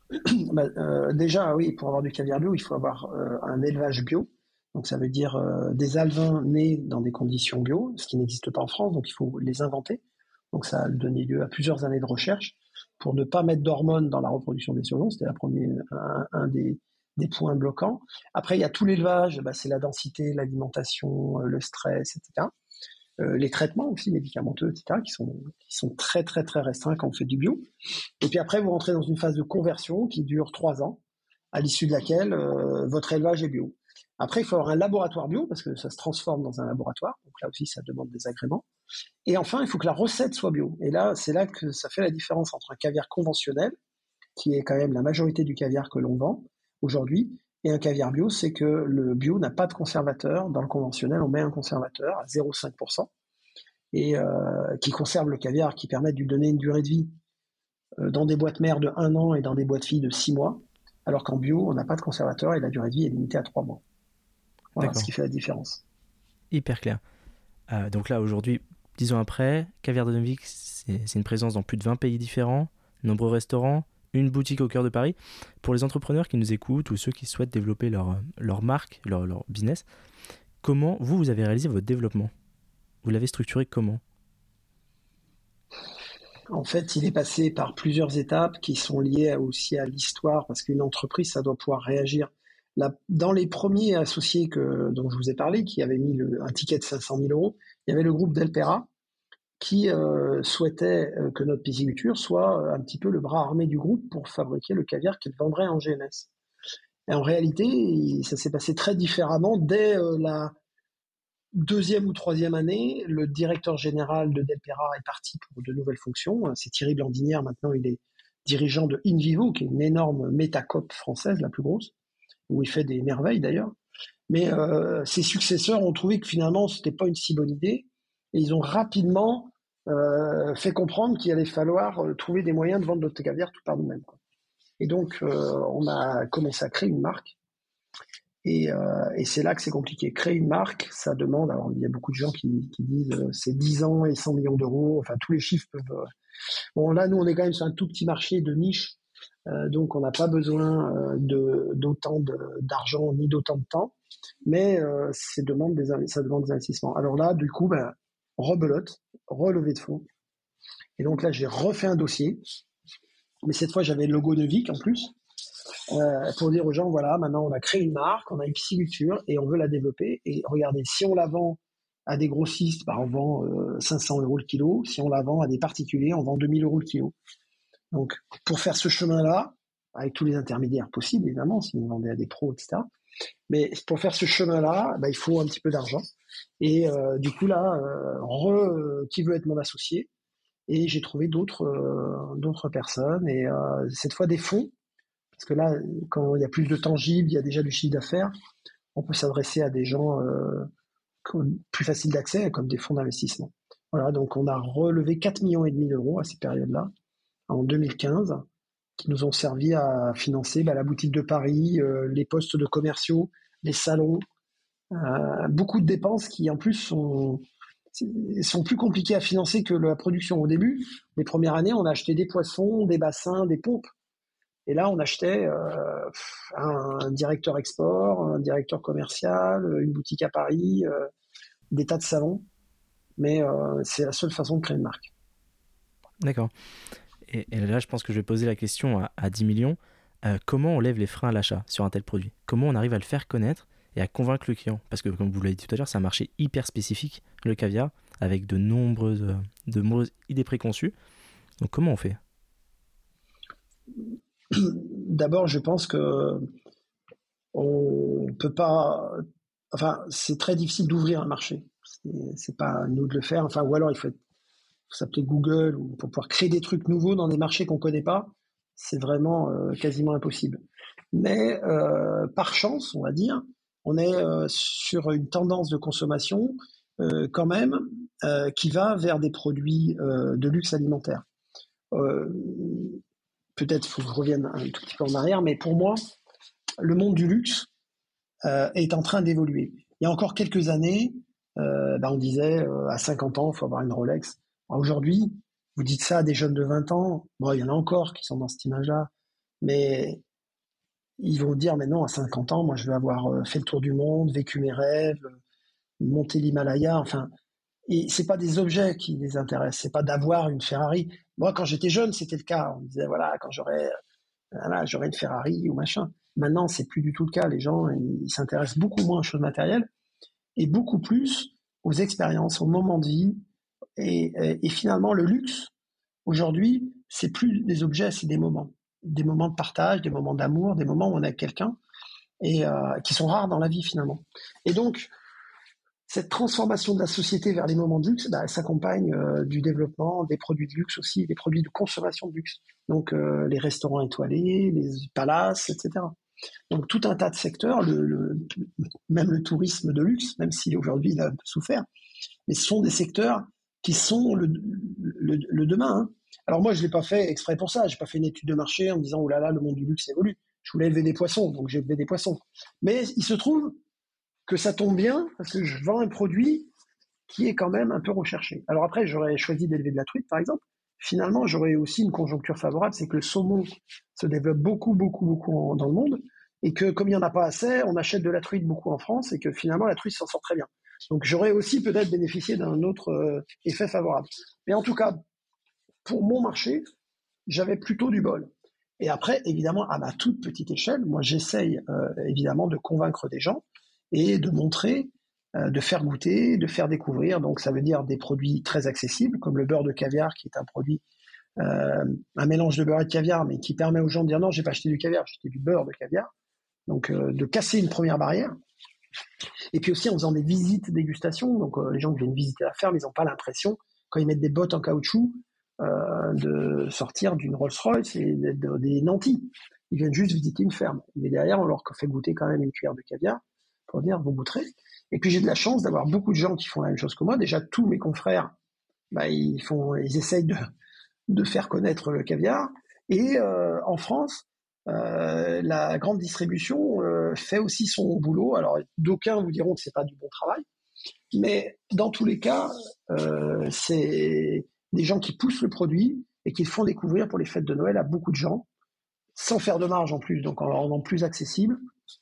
Bah, euh, déjà, oui, pour avoir du caviar bio, il faut avoir euh, un élevage bio. Donc ça veut dire euh, des alevins nés dans des conditions bio, ce qui n'existe pas en France, donc il faut les inventer. Donc ça a donné lieu à plusieurs années de recherche pour ne pas mettre d'hormones dans la reproduction des surgeons. C'était la première, un, un des, des points bloquants. Après, il y a tout l'élevage, bah, c'est la densité, l'alimentation, euh, le stress, et cetera. Euh, les traitements aussi médicamenteux, et cetera, qui sont, qui sont très très très restreints quand on fait du bio. Et puis après, vous rentrez dans une phase de conversion qui dure trois ans, à l'issue de laquelle euh, votre élevage est bio. Après, il faut avoir un laboratoire bio parce que ça se transforme dans un laboratoire. Donc là aussi, ça demande des agréments. Et enfin, il faut que la recette soit bio. Et là, c'est là que ça fait la différence entre un caviar conventionnel, qui est quand même la majorité du caviar que l'on vend aujourd'hui, et un caviar bio, c'est que le bio n'a pas de conservateur. Dans le conventionnel, on met un conservateur à zéro virgule cinq pour cent et euh, qui conserve le caviar, qui permet de lui donner une durée de vie euh, dans des boîtes mères de un an et dans des boîtes filles de six mois, alors qu'en bio, on n'a pas de conservateur et la durée de vie est limitée à trois mois. Voilà ce D'accord, qui fait la différence. hyper clair. Euh, donc là, aujourd'hui, dix ans après, Caviar de Novik, c'est, c'est une présence dans plus de vingt pays différents, nombreux restaurants, une boutique au cœur de Paris. Pour les entrepreneurs qui nous écoutent ou ceux qui souhaitent développer leur, leur marque, leur, leur business, comment vous, vous avez réalisé votre développement? Vous l'avez structuré comment? En fait, il est passé par plusieurs étapes qui sont liées aussi à l'histoire, parce qu'une entreprise, ça doit pouvoir réagir. Là, dans les premiers associés que, dont je vous ai parlé, qui avaient mis le, un ticket de cinq cent mille euros, il y avait le groupe Delpera, qui euh, souhaitait euh, que notre pisciculture soit euh, un petit peu le bras armé du groupe pour fabriquer le caviar qu'il vendrait en G M S. Et en réalité, il- ça s'est passé très différemment. Dès euh, la deuxième ou troisième année, le directeur général de Delpera est parti pour de nouvelles fonctions. C'est Thierry Blandinière, maintenant il est dirigeant de InVivo, qui est une énorme métacope française, la plus grosse, où il fait des merveilles d'ailleurs. Mais euh, ses successeurs ont trouvé que finalement, c'était pas une si bonne idée, et ils ont rapidement euh, fait comprendre qu'il allait falloir euh, trouver des moyens de vendre notre caviar tout par nous-mêmes, quoi. Et donc, euh, on a commencé à créer une marque. Et, euh, et c'est là que c'est compliqué. Créer une marque, ça demande. Alors, il y a beaucoup de gens qui, qui disent euh, c'est dix ans et cent millions d'euros. Enfin, tous les chiffres peuvent. Euh... Bon, là, nous, on est quand même sur un tout petit marché de niche. Euh, donc, on n'a pas besoin euh, de, d'autant de, d'argent ni d'autant de temps. Mais euh, c'est demande des, ça demande des investissements. Alors là, du coup, ben, rebelote, relevé de fonds. Et donc là, j'ai refait un dossier. Mais cette fois, j'avais le logo de Vic en plus. Euh, pour dire aux gens, voilà, maintenant on a créé une marque, on a une pisciculture et on veut la développer. Et regardez, si on la vend à des grossistes, bah, on vend euh, cinq cents euros le kilo. Si on la vend à des particuliers, on vend deux mille euros le kilo. Donc, pour faire ce chemin-là, avec tous les intermédiaires possibles, évidemment, si vous vendez à des pros, et cetera. Mais pour faire ce chemin-là, bah, il faut un petit peu d'argent. Et euh, du coup, là, euh, re, euh, qui veut être mon associé? Et j'ai trouvé d'autres euh, d'autres personnes, et euh, cette fois des fonds. Parce que là, quand il y a plus de tangible, il y a déjà du chiffre d'affaires, on peut s'adresser à des gens euh, plus faciles d'accès, comme des fonds d'investissement. Voilà, donc on a relevé quatre virgule cinq millions d'euros à cette période-là, en deux mille quinze, qui nous ont servi à financer bah, la boutique de Paris, euh, les postes de commerciaux, les salons, euh, beaucoup de dépenses qui en plus sont, sont plus compliquées à financer que la production. Au début, les premières années, on a acheté des poissons, des bassins, des pompes. Et là, on achetait euh, un directeur export, un directeur commercial, une boutique à Paris, euh, des tas de salons. Mais euh, c'est la seule façon de créer une marque. D'accord. Et, et là, je pense que je vais poser la question à, à dix millions. Euh, comment on lève les freins à l'achat sur un tel produit? Comment on arrive à le faire connaître et à convaincre le client? Parce que, comme vous l'avez dit tout à l'heure, c'est un marché hyper spécifique, le caviar, avec de nombreuses, de nombreuses idées préconçues. Donc, comment on fait? D'abord, je pense que on peut pas. Enfin, c'est très difficile d'ouvrir un marché. C'est, c'est pas à nous de le faire. Enfin, ou alors il faut, être, faut s'appeler Google ou pour pouvoir créer des trucs nouveaux dans des marchés qu'on connaît pas. C'est vraiment euh, quasiment impossible. Mais euh, par chance, on va dire, on est euh, sur une tendance de consommation euh, quand même euh, qui va vers des produits euh, de luxe alimentaire. Euh, peut-être faut que je revienne un tout petit peu en arrière, mais pour moi, le monde du luxe euh, est en train d'évoluer. Il y a encore quelques années, euh, bah on disait euh, à cinquante ans, il faut avoir une Rolex. Alors aujourd'hui, vous dites ça à des jeunes de vingt ans, bon, il y en a encore qui sont dans cette image-là. Mais ils vont dire, mais non, à cinquante ans, moi, je veux avoir euh, fait le tour du monde, vécu mes rêves, euh, monté l'Himalaya, enfin. Et c'est pas des objets qui les intéressent, c'est pas d'avoir une Ferrari. Moi, quand j'étais jeune, c'était le cas. On me disait, voilà, quand j'aurai, voilà, j'aurai une Ferrari ou machin. Maintenant, c'est plus du tout le cas. Les gens, ils s'intéressent beaucoup moins aux choses matérielles et beaucoup plus aux expériences, aux moments de vie. Et, et, et finalement, le luxe, aujourd'hui, c'est plus des objets, c'est des moments. Des moments de partage, des moments d'amour, des moments où on est avec quelqu'un et euh, qui sont rares dans la vie finalement. Et donc, cette transformation de la société vers les moments de luxe, bah, elle s'accompagne euh, du développement des produits de luxe aussi, des produits de consommation de luxe. Donc euh, les restaurants étoilés, les palaces, et cetera. Donc tout un tas de secteurs, le, le, même le tourisme de luxe, même si aujourd'hui il a un peu souffert, mais ce sont des secteurs qui sont le, le, le demain. Hein. Alors moi je l'ai pas fait exprès pour ça, j'ai pas fait une étude de marché en me disant oh là là le monde du luxe évolue. Je voulais élever des poissons, donc j'ai élevé des poissons. Mais il se trouve que ça tombe bien parce que je vends un produit qui est quand même un peu recherché. Alors après, j'aurais choisi d'élever de la truite, par exemple. Finalement, j'aurais aussi une conjoncture favorable, c'est que le saumon se développe beaucoup, beaucoup, beaucoup en, dans le monde, et que comme il n'y en a pas assez, on achète de la truite beaucoup en France, et que finalement, la truite s'en sort très bien. Donc j'aurais aussi peut-être bénéficié d'un autre euh, effet favorable. Mais en tout cas, pour mon marché, j'avais plutôt du bol. Et après, évidemment, à ma toute petite échelle, moi, j'essaye euh, évidemment de convaincre des gens et de montrer, euh, de faire goûter, de faire découvrir. Donc, ça veut dire des produits très accessibles, comme le beurre de caviar, qui est un produit, euh, un mélange de beurre et de caviar, mais qui permet aux gens de dire non, j'ai pas acheté du caviar, j'ai acheté du beurre de caviar. Donc, euh, de casser une première barrière. Et puis aussi en faisant des visites dégustation. Donc, euh, les gens qui viennent visiter la ferme, ils n'ont pas l'impression, quand ils mettent des bottes en caoutchouc, euh, de sortir d'une Rolls-Royce et de, des nantis. Ils viennent juste visiter une ferme. Mais derrière, on leur fait goûter quand même une cuillère de caviar pour dire, vous goûterez. Et puis j'ai de la chance d'avoir beaucoup de gens qui font la même chose que moi. Déjà, tous mes confrères, bah, ils font, ils essayent de, de faire connaître le caviar. Et euh, en France, euh, la grande distribution euh, fait aussi son boulot. Alors, d'aucuns vous diront que c'est pas du bon travail, mais dans tous les cas, euh, c'est des gens qui poussent le produit et qui le font découvrir pour les fêtes de Noël à beaucoup de gens, sans faire de marge en plus, donc en le rendant plus accessible.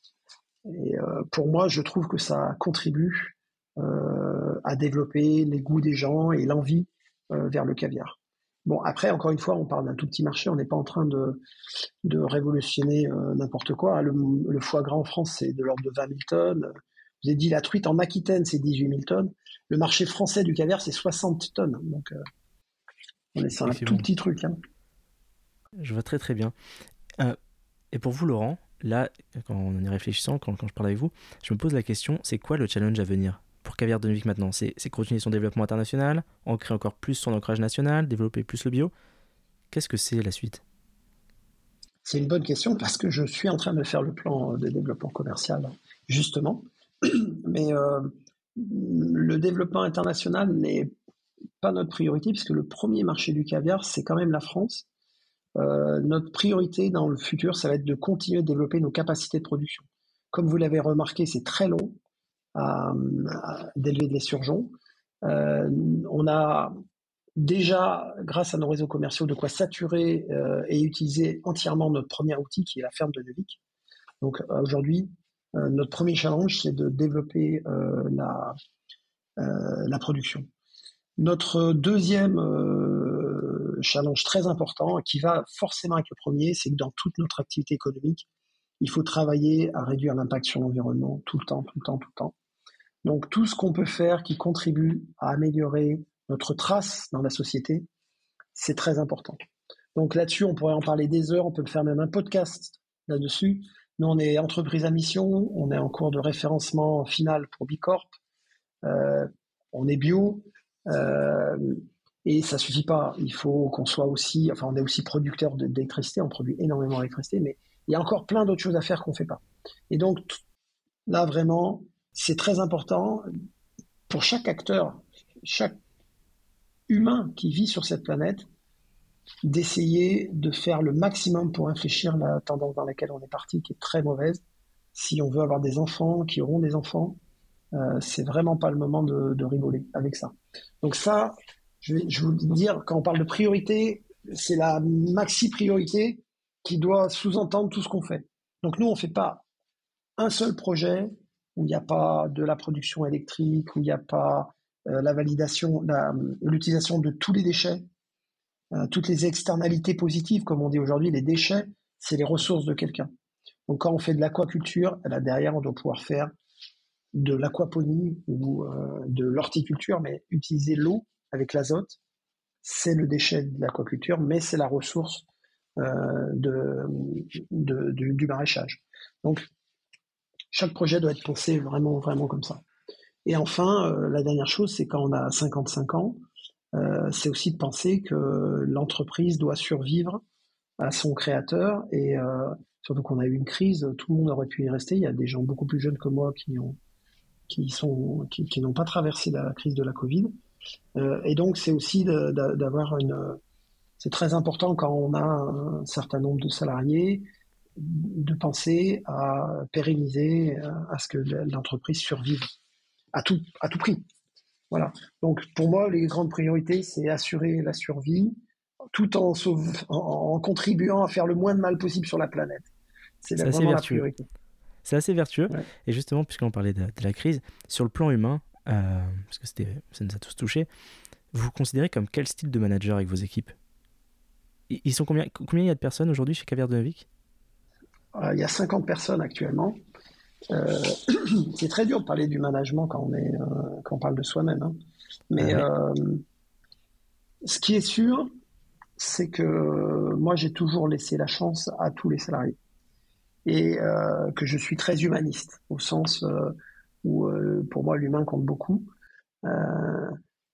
Et euh, pour moi, je trouve que ça contribue euh, à développer les goûts des gens et l'envie euh, vers le caviar. Bon, après, encore une fois, on parle d'un tout petit marché, on n'est pas en train de, de révolutionner euh, n'importe quoi. Le, le foie gras en France, c'est de l'ordre de vingt mille tonnes. Vous avez dit la truite en Aquitaine, c'est dix-huit mille tonnes. Le marché français du caviar, c'est soixante tonnes. Donc, euh, on est sur un tout petit truc. Hein. Je vois très très bien. Euh, et pour vous, Laurent, là, quand en y réfléchissant, quand, quand je parle avec vous, je me pose la question, c'est quoi le challenge à venir pour Caviar de Neuvic maintenant? C'est, c'est continuer son développement international, ancrer encore plus son ancrage national, développer plus le bio? Qu'est-ce que c'est la suite? C'est une bonne question parce que je suis en train de faire le plan de développement commercial, justement. Mais euh, le développement international n'est pas notre priorité puisque le premier marché du caviar, c'est quand même la France. Euh, notre priorité dans le futur, ça va être de continuer de développer nos capacités de production. Comme vous l'avez remarqué, c'est très long à, à, d'élever des surgeons. Euh, on a déjà, grâce à nos réseaux commerciaux, de quoi saturer euh, et utiliser entièrement notre premier outil qui est la ferme de Neuvic. Donc euh, aujourd'hui, euh, notre premier challenge, c'est de développer euh, la, euh, la production. Notre deuxième euh, challenge très important, qui va forcément avec le premier, c'est que dans toute notre activité économique, il faut travailler à réduire l'impact sur l'environnement tout le temps, tout le temps, tout le temps. Donc tout ce qu'on peut faire qui contribue à améliorer notre trace dans la société, c'est très important. Donc là-dessus, on pourrait en parler des heures, on peut faire même un podcast là-dessus. Nous, on est entreprise à mission, on est en cours de référencement final pour Bicorp, euh, on est bio, euh, et ça suffit pas. Il faut qu'on soit aussi, enfin, on est aussi producteur d'électricité, on produit énormément d'électricité, mais il y a encore plein d'autres choses à faire qu'on fait pas. Et donc là, vraiment, c'est très important pour chaque acteur, chaque humain qui vit sur cette planète, d'essayer de faire le maximum pour infléchir la tendance dans laquelle on est parti, qui est très mauvaise. Si on veut avoir des enfants, qui auront des enfants, euh, c'est vraiment pas le moment de, de rigoler avec ça. Donc ça, je vais, je vais vous dire, quand on parle de priorité, c'est la maxi priorité qui doit sous-entendre tout ce qu'on fait. Donc nous, on ne fait pas un seul projet où il n'y a pas de la production électrique, où il n'y a pas euh, la validation, la, l'utilisation de tous les déchets, euh, toutes les externalités positives, comme on dit aujourd'hui. Les déchets, c'est les ressources de quelqu'un. Donc quand on fait de l'aquaculture, là derrière, on doit pouvoir faire de l'aquaponie ou euh, de l'horticulture, mais utiliser l'eau avec l'azote, c'est le déchet de l'aquaculture, mais c'est la ressource euh, de, de, de, du maraîchage. Donc, chaque projet doit être pensé vraiment, vraiment comme ça. Et enfin, euh, la dernière chose, c'est quand on a cinquante-cinq ans, euh, c'est aussi de penser que l'entreprise doit survivre à son créateur et euh, surtout qu'on a eu une crise, tout le monde aurait pu y rester. Il y a des gens beaucoup plus jeunes que moi qui ont qui sont qui, qui n'ont pas traversé la crise de la Covid. Euh, et donc c'est aussi de, de, d'avoir une c'est très important quand on a un certain nombre de salariés de penser à pérenniser, à ce que l'entreprise survive à tout à tout prix. Voilà. Donc pour moi les grandes priorités c'est assurer la survie tout en, sauve, en, en contribuant à faire le moins de mal possible sur la planète. C'est C'est la, assez vraiment la vertueux. priorité. C'est assez vertueux. Ouais. Et justement, puisqu'on parlait de, de la crise, sur le plan humain, euh, parce que c'était, ça nous a tous touchés, vous vous considérez comme quel style de manager avec vos équipes ? Ils sont combien, combien il y a de personnes aujourd'hui chez Caviar de Novic ? Euh, il y a cinquante personnes actuellement. Euh, c'est très dur de parler du management quand on, est, euh, quand on parle de soi-même. Hein. Mais Ah ouais. euh, ce qui est sûr, c'est que moi, j'ai toujours laissé la chance à tous les salariés. Et euh, que je suis très humaniste, au sens euh, où, euh, pour moi, l'humain compte beaucoup. Euh,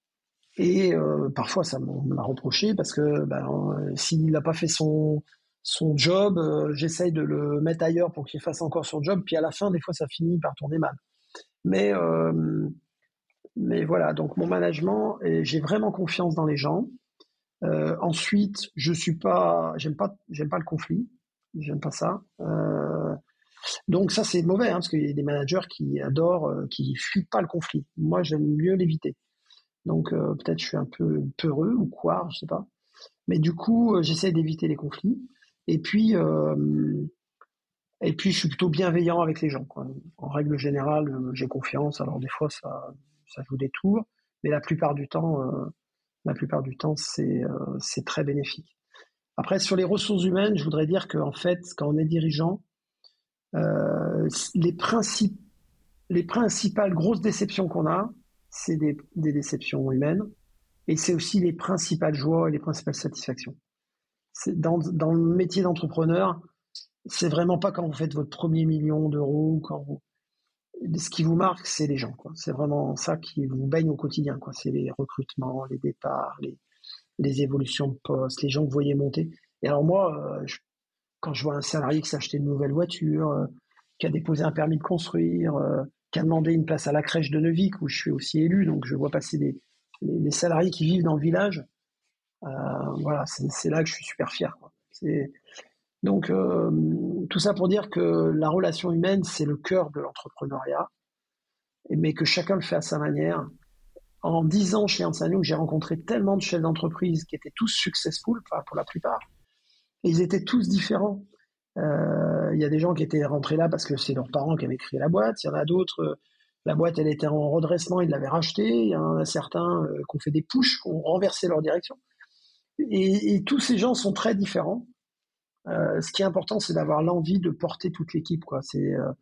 et euh, parfois, ça me l'a reproché parce que ben, euh, s'il n'a pas fait son, son job, euh, j'essaye de le mettre ailleurs pour qu'il fasse encore son job. Puis à la fin, des fois, ça finit par tourner mal. Mais, euh, mais voilà, donc mon management, et j'ai vraiment confiance dans les gens. Euh, ensuite, je suis pas, j'aime pas, j'aime pas le conflit, j'aime pas ça. Euh, donc ça c'est mauvais, hein, parce qu'il y a des managers qui adorent, euh, qui fuient pas le conflit. Moi, j'aime mieux l'éviter. Donc euh, peut-être je suis un peu peureux ou quoi, je sais pas. Mais du coup, euh, j'essaie d'éviter les conflits. Et puis, euh, et puis je suis plutôt bienveillant avec les gens, quoi. En règle générale, euh, j'ai confiance. Alors des fois, ça, ça joue des tours, mais la plupart du temps, euh, la plupart du temps, c'est euh, c'est très bénéfique. Après, sur les ressources humaines, je voudrais dire qu'en fait, quand on est dirigeant, euh, les, principes, les principales grosses déceptions qu'on a, c'est des, des déceptions humaines, et c'est aussi les principales joies et les principales satisfactions. C'est dans, dans le métier d'entrepreneur, c'est vraiment pas quand vous faites votre premier million d'euros, quand vous, ce qui vous marque, c'est les gens, quoi. C'est vraiment ça qui vous baigne au quotidien, quoi. C'est les recrutements, les départs, les, les évolutions de poste, les gens que vous voyez monter. Et alors moi, euh, je, quand je vois un salarié qui s'est acheté une nouvelle voiture, euh, qui a déposé un permis de construire, euh, qui a demandé une place à la crèche de Neuvic, où je suis aussi élu, donc je vois passer les, les, les salariés qui vivent dans le village. Euh, voilà, c'est, c'est là que je suis super fier, quoi. C'est, donc euh, tout ça pour dire que la relation humaine, c'est le cœur de l'entrepreneuriat, mais que chacun le fait à sa manière. En dix ans chez Ernst and Young, j'ai rencontré tellement de chefs d'entreprise qui étaient tous successful, enfin pour la plupart, et ils étaient tous différents. Euh, il y a des gens qui étaient rentrés là parce que c'est leurs parents qui avaient créé la boîte. Il y en a d'autres, euh, la boîte elle était en redressement, ils l'avaient rachetée. Il y en a certains euh, qui ont fait des pushs, qui ont renversé leur direction. Et, et tous ces gens sont très différents. Euh, ce qui est important, c'est d'avoir l'envie de porter toute l'équipe, quoi. C'est euh,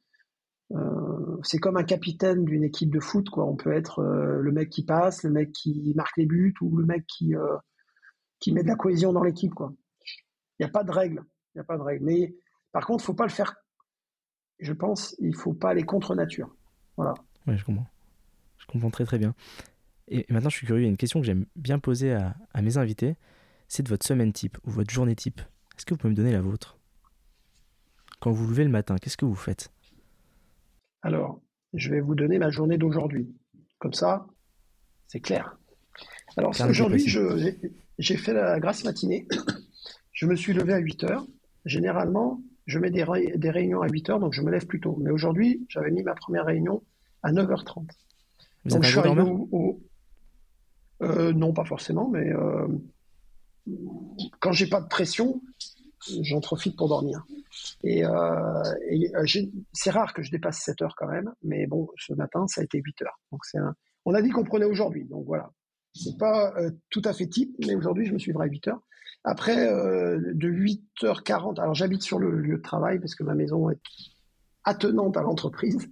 euh, c'est comme un capitaine d'une équipe de foot, quoi. On peut être euh, le mec qui passe, le mec qui marque les buts ou le mec qui euh, qui met de la cohésion dans l'équipe, quoi. Il n'y a pas de règle, il n'y a pas de règle. Mais par contre, faut pas le faire. Je pense, il faut pas aller contre nature. Voilà. Ouais, je comprends. Je comprends très très bien. Et, et maintenant, je suis curieux, il y a une question que j'aime bien poser à, à mes invités, c'est de votre semaine type ou votre journée type. Est-ce que vous pouvez me donner la vôtre ? Quand vous vous levez le matin, qu'est-ce que vous faites ? Alors, je vais vous donner ma journée d'aujourd'hui. Comme ça, c'est clair. Alors, Clair, net et aujourd'hui, précis. je, j'ai, j'ai fait la grasse matinée. Je me suis levé à huit heures. Généralement, je mets des, ré- des réunions à huit heures, donc je me lève plus tôt. Mais aujourd'hui, j'avais mis ma première réunion à neuf heures trente. Vous Donc, êtes je un suis gros arrivé dormeur ? au... au- euh, non, pas forcément, mais euh, quand j'ai pas de pression, j'en profite pour dormir. Et, euh, et euh, j'ai- c'est rare que je dépasse sept heures quand même, mais bon, ce matin, ça a été huit heures. Donc c'est un... On a dit qu'on prenait aujourd'hui, donc voilà. C'est pas euh, tout à fait type, mais aujourd'hui, je me suivrai à huit heures. Après, euh, de huit heures quarante, alors j'habite sur le lieu de travail parce que ma maison est attenante à l'entreprise.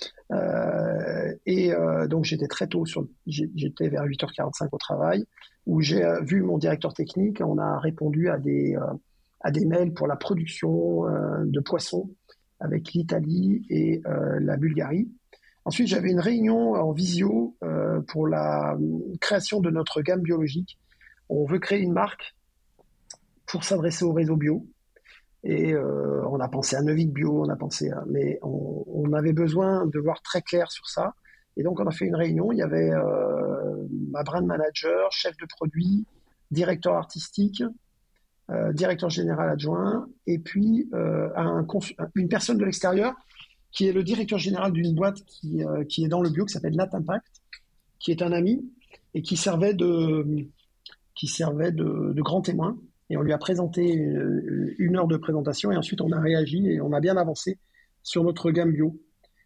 Euh, et euh, donc j'étais très tôt, sur, j'étais vers huit heures quarante-cinq au travail, où j'ai euh, vu mon directeur technique. On a répondu à des, euh, à des mails pour la production euh, de poissons avec l'Italie et euh, la Bulgarie. Ensuite, j'avais une réunion en visio euh, pour la création de notre gamme biologique. On veut créer une marque pour s'adresser au réseau bio. Et euh, on a pensé à Neuvik Bio, on a pensé à... Mais on, on avait besoin de voir très clair sur ça. Et donc, on a fait une réunion. Il y avait euh, ma brand manager, chef de produit, directeur artistique, euh, directeur général adjoint, et puis euh, un cons- une personne de l'extérieur qui est le directeur général d'une boîte qui, euh, qui est dans le bio, qui s'appelle Nat Impact, qui est un ami et qui servait de, qui servait de, de grand témoin. Et on lui a présenté une heure de présentation et ensuite on a réagi et on a bien avancé sur notre gamme bio.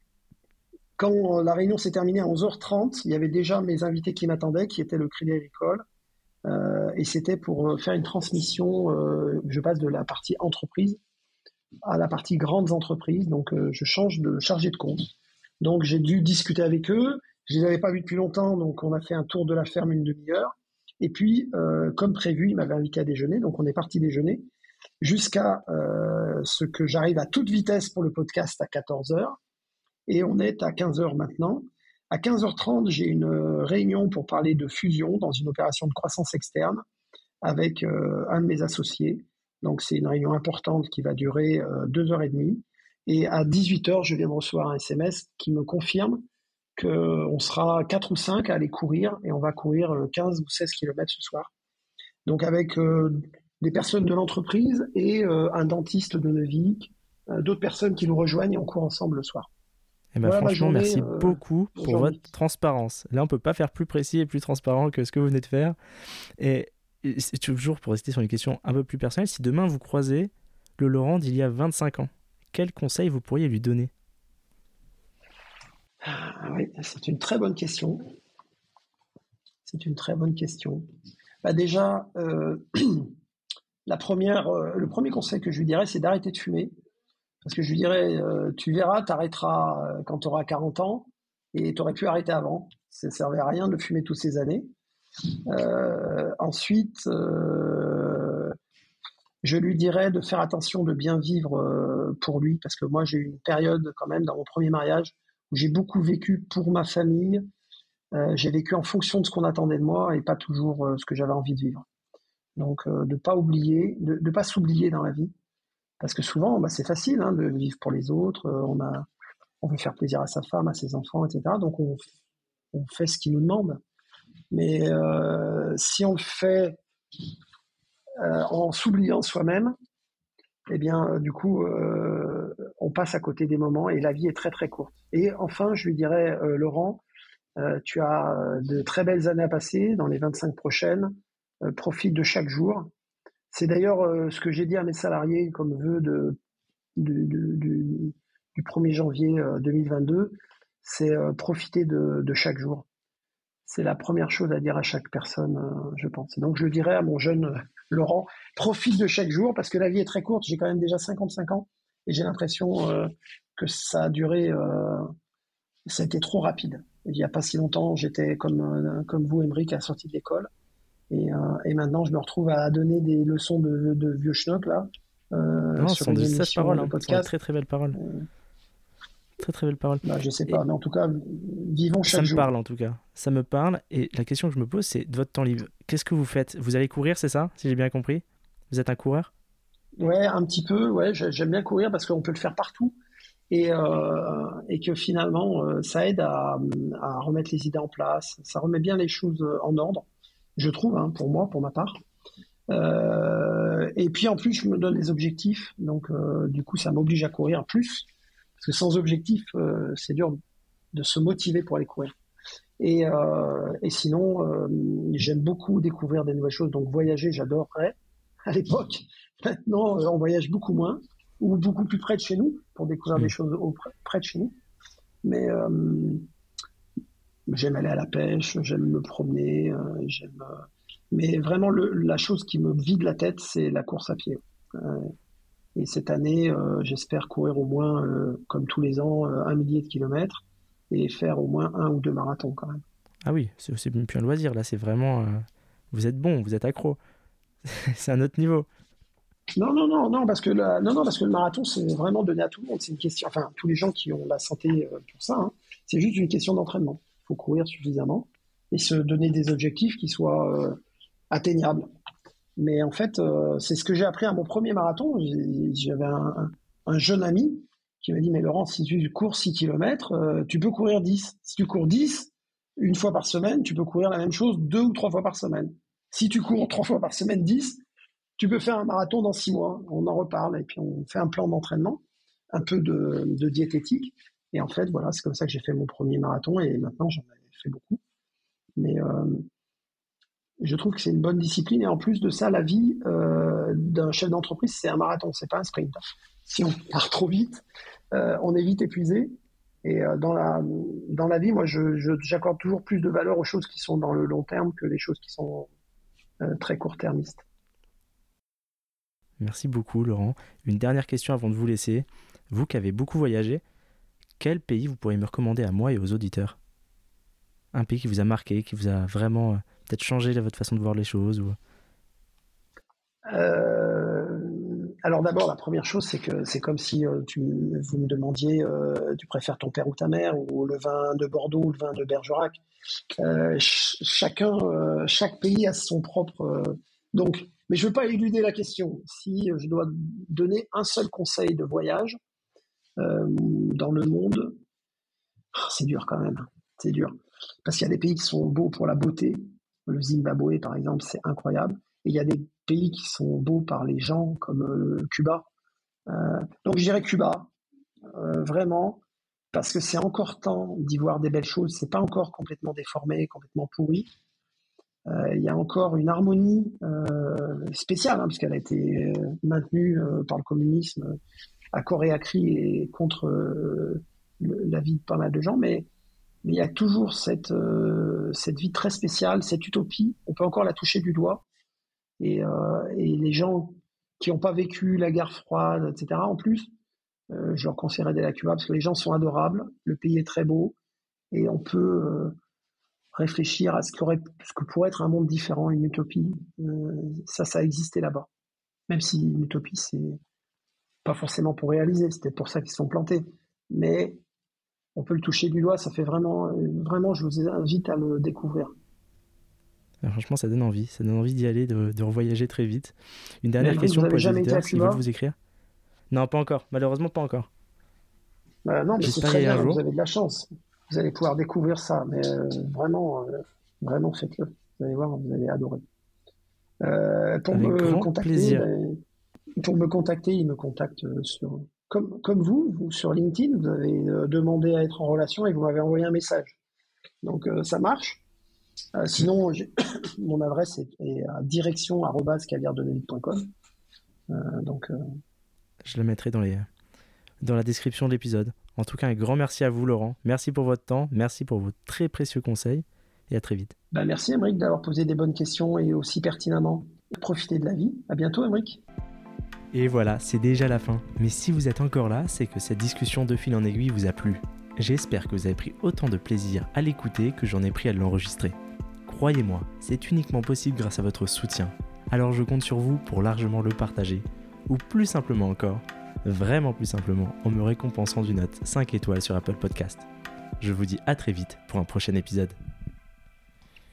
Quand la réunion s'est terminée à onze heures trente, il y avait déjà mes invités qui m'attendaient, qui étaient le Crédit Agricole. Euh, et c'était pour faire une transmission. Euh, je passe de la partie entreprise à la partie grandes entreprises. Donc, euh, je change de chargé de compte. Donc, j'ai dû discuter avec eux. Je les avais pas vus depuis longtemps, donc on a fait un tour de la ferme une demi-heure. Et puis, euh, comme prévu, il m'avait invité à déjeuner, donc on est parti déjeuner jusqu'à euh, ce que j'arrive à toute vitesse pour le podcast à quatorze heures. Et on est à quinze heures maintenant. À quinze heures trente, j'ai une réunion pour parler de fusion dans une opération de croissance externe avec euh, un de mes associés. Donc, c'est une réunion importante qui va durer euh, deux heures et demie. Et à dix-huit heures, je viens de recevoir un S M S qui me confirme qu'on sera quatre ou cinq à aller courir et on va courir quinze ou seize kilomètres ce soir. Donc, avec euh, des personnes de l'entreprise et euh, un dentiste de Neuvik, euh, d'autres personnes qui nous rejoignent et on court ensemble le soir. Eh ben, Voilà ma franchement, journée merci euh, beaucoup pour aujourd'hui. votre transparence. Là, on peut pas faire plus précis et plus transparent que ce que vous venez de faire. Et, et c'est toujours pour rester sur une question un peu plus personnelle. Si demain vous croisez le Laurent d'il y a vingt-cinq ans, quel conseil vous pourriez lui donner? Ah oui, c'est une très bonne question. C'est une très bonne question. Bah déjà, euh, la première, euh, le premier conseil que je lui dirais, c'est d'arrêter de fumer. Parce que je lui dirais, euh, tu verras, tu arrêteras euh, quand tu auras quarante ans et tu aurais pu arrêter avant. Ça ne servait à rien de fumer toutes ces années. Euh, ensuite, euh, je lui dirais de faire attention de bien vivre euh, pour lui. Parce que moi, j'ai eu une période quand même dans mon premier mariage où j'ai beaucoup vécu pour ma famille. Euh, j'ai vécu en fonction de ce qu'on attendait de moi et pas toujours euh, ce que j'avais envie de vivre. Donc, euh, de pas oublier, de ne pas s'oublier dans la vie. Parce que souvent, bah, c'est facile hein, de vivre pour les autres. Euh, on a, on veut faire plaisir à sa femme, à ses enfants, et cetera. Donc, on, on fait ce qu'il nous demande. Mais euh, si on le fait euh, en s'oubliant soi-même, eh bien, euh, du coup, euh, on passe à côté des moments et la vie est très, très courte. Et enfin, je lui dirais, euh, Laurent, euh, tu as de très belles années à passer dans les vingt-cinq prochaines. Euh, profite de chaque jour. C'est d'ailleurs euh, ce que j'ai dit à mes salariés comme vœu de, de, de, de du premier janvier deux mille vingt-deux, c'est euh, profiter de, de chaque jour. C'est la première chose à dire à chaque personne, euh, je pense. Et donc je le dirais à mon jeune euh, Laurent, profite de chaque jour parce que la vie est très courte. J'ai quand même déjà cinquante-cinq ans et j'ai l'impression euh, que ça a duré, euh, ça a été trop rapide. Il n'y a pas si longtemps, j'étais comme, euh, comme vous, Aymeric, à la sortie de l'école. Et, euh, et maintenant, je me retrouve à donner des leçons de, de vieux schnock, là, euh, Non, ce sur sont une de sages émission paroles, de hein. Ce sont de podcast. très très belles paroles. Euh, Très très belles paroles. bah, je sais Et pas, mais en tout cas, vivons ça chaque me jour. parle en tout cas. Ça me parle. Et la question que je me pose, c'est de votre temps libre. Qu'est-ce que vous faites? Vous allez courir, c'est ça? Si j'ai bien compris? Vous êtes un coureur? Ouais, un petit peu, ouais, j'ai- j'aime bien courir parce qu'on peut le faire partout et, euh, et que finalement, euh, ça aide à, à remettre les idées en place, ça remet bien les choses en ordre, je trouve, hein, pour moi, pour ma part. Euh, et puis en plus, je me donne des objectifs, donc euh, du coup, ça m'oblige à courir plus, parce que sans objectif, euh, c'est dur de se motiver pour aller courir. Et, euh, et sinon, euh, j'aime beaucoup découvrir des nouvelles choses, donc voyager, j'adorerais à l'époque. Maintenant, euh, on voyage beaucoup moins ou beaucoup plus près de chez nous pour découvrir Mmh. des choses au, près de chez nous. Mais euh, j'aime aller à la pêche, j'aime me promener, euh, j'aime. Euh, mais vraiment, le, la chose qui me vide la tête, c'est la course à pied. Euh, et cette année, euh, j'espère courir au moins, euh, comme tous les ans, euh, un millier de kilomètres et faire au moins un ou deux marathons quand même. Ah oui, c'est, c'est même plus un loisir, là, c'est vraiment... euh, vous êtes bon, vous êtes accro. C'est un autre niveau. Non, non, non, non, parce que la, non, non, parce que le marathon, c'est vraiment donné à tout le monde. C'est une question, enfin, tous les gens qui ont la santé euh, pour ça, hein, c'est juste une question d'entraînement. Il faut courir suffisamment et se donner des objectifs qui soient euh, atteignables. Mais en fait, euh, c'est ce que j'ai appris à mon premier marathon. J'ai- J'avais un, un- un jeune ami qui m'a dit, mais Laurent, si tu cours six kilomètres, euh, tu peux courir dix. Si tu cours dix, une fois par semaine, tu peux courir la même chose deux ou trois fois par semaine. Si tu cours trois fois par semaine dix, tu peux faire un marathon dans six mois. On en reparle et puis on fait un plan d'entraînement, un peu de, de diététique. Et en fait, voilà, c'est comme ça que j'ai fait mon premier marathon et maintenant j'en ai fait beaucoup. Mais euh, je trouve que c'est une bonne discipline et en plus de ça, la vie euh, d'un chef d'entreprise, c'est un marathon, c'est pas un sprint. Si on part trop vite, euh, on est vite épuisé. Et euh, dans la dans la vie, moi, je, je, j'accorde toujours plus de valeur aux choses qui sont dans le long terme que les choses qui sont euh, très court-termistes. Merci beaucoup, Laurent. Une dernière question avant de vous laisser. Vous qui avez beaucoup voyagé, quel pays vous pourriez me recommander à moi et aux auditeurs? Un pays qui vous a marqué, qui vous a vraiment euh, peut-être changé votre façon de voir les choses ou... Euh, alors d'abord, la première chose, c'est que c'est comme si euh, tu, vous me demandiez, euh, tu préfères ton père ou ta mère, ou le vin de Bordeaux ou le vin de Bergerac. Euh, ch- chacun, euh, chaque pays a son propre. Euh, donc, mais je veux pas éluder la question. Si je dois donner un seul conseil de voyage euh, dans le monde, ah, c'est dur quand même. C'est dur parce qu'il y a des pays qui sont beaux pour la beauté. Le Zimbabwe, par exemple, c'est incroyable. Et il y a des pays qui sont beaux par les gens, comme euh, Cuba. Euh, donc je dirais Cuba, euh, vraiment, parce que c'est encore temps d'y voir des belles choses. C'est pas encore complètement déformé, complètement pourri. Euh, il y a encore une harmonie euh, spéciale, hein, puisqu'elle a été euh, maintenue euh, par le communisme à corps et à cri et contre euh, le, la vie de pas mal de gens. Mais, mais il y a toujours cette, euh, cette vie très spéciale, cette utopie. On peut encore la toucher du doigt. Et, euh, et les gens qui n'ont pas vécu la guerre froide, et cetera, en plus, euh, je leur conseillerais d'aller à Cuba parce que les gens sont adorables, le pays est très beau et on peut euh, réfléchir à ce, qu'aurait, ce que pourrait être un monde différent, une utopie. Euh, ça, ça existait là-bas. Même si une utopie, c'est pas forcément pour réaliser, c'était pour ça qu'ils sont plantés. Mais on peut le toucher du doigt, ça fait vraiment, vraiment, je vous invite à le découvrir. Alors, franchement, ça donne envie. Ça donne envie d'y aller, de, de revoyager très vite. Une Mais dernière Emric, question vous pour avez les jamais été à auditeurs, s'ils Cuba? veulent vous écrire. Non, pas encore. Malheureusement, pas encore. Euh, non, mais c'est J'espère y très aller un bien, jour. vous avez de la chance. Vous allez pouvoir découvrir ça, mais euh, vraiment, euh, vraiment faites-le. Vous allez voir, vous allez adorer. Euh, pour Avec me grand contacter, plaisir. ben, pour me contacter, il me contacte euh, sur, comme, comme vous, vous, sur LinkedIn, vous avez euh, demandé à être en relation et vous m'avez envoyé un message. Donc euh, ça marche. Euh, Mm. sinon, j'ai- mon adresse est, est à direction arobase caviar de neuville point com. Euh, donc euh, Je le mettrai dans, les, dans la description de l'épisode. En tout cas, un grand merci à vous, Laurent. Merci pour votre temps. Merci pour vos très précieux conseils. Et à très vite. ben, merci Emric d'avoir posé des bonnes questions et aussi pertinemment. Profitez de la vie. À bientôt Emric. Et voilà, c'est déjà la fin. Mais si vous êtes encore là, c'est que cette discussion de fil en aiguille vous a plu. J'espère que vous avez pris autant de plaisir à l'écouter que j'en ai pris à l'enregistrer. Croyez-moi, c'est uniquement possible grâce à votre soutien. Alors je compte sur vous pour largement le partager. Ou plus simplement encore, vraiment plus simplement, en me récompensant d'une note cinq étoiles sur Apple Podcast. Je vous dis à très vite pour un prochain épisode.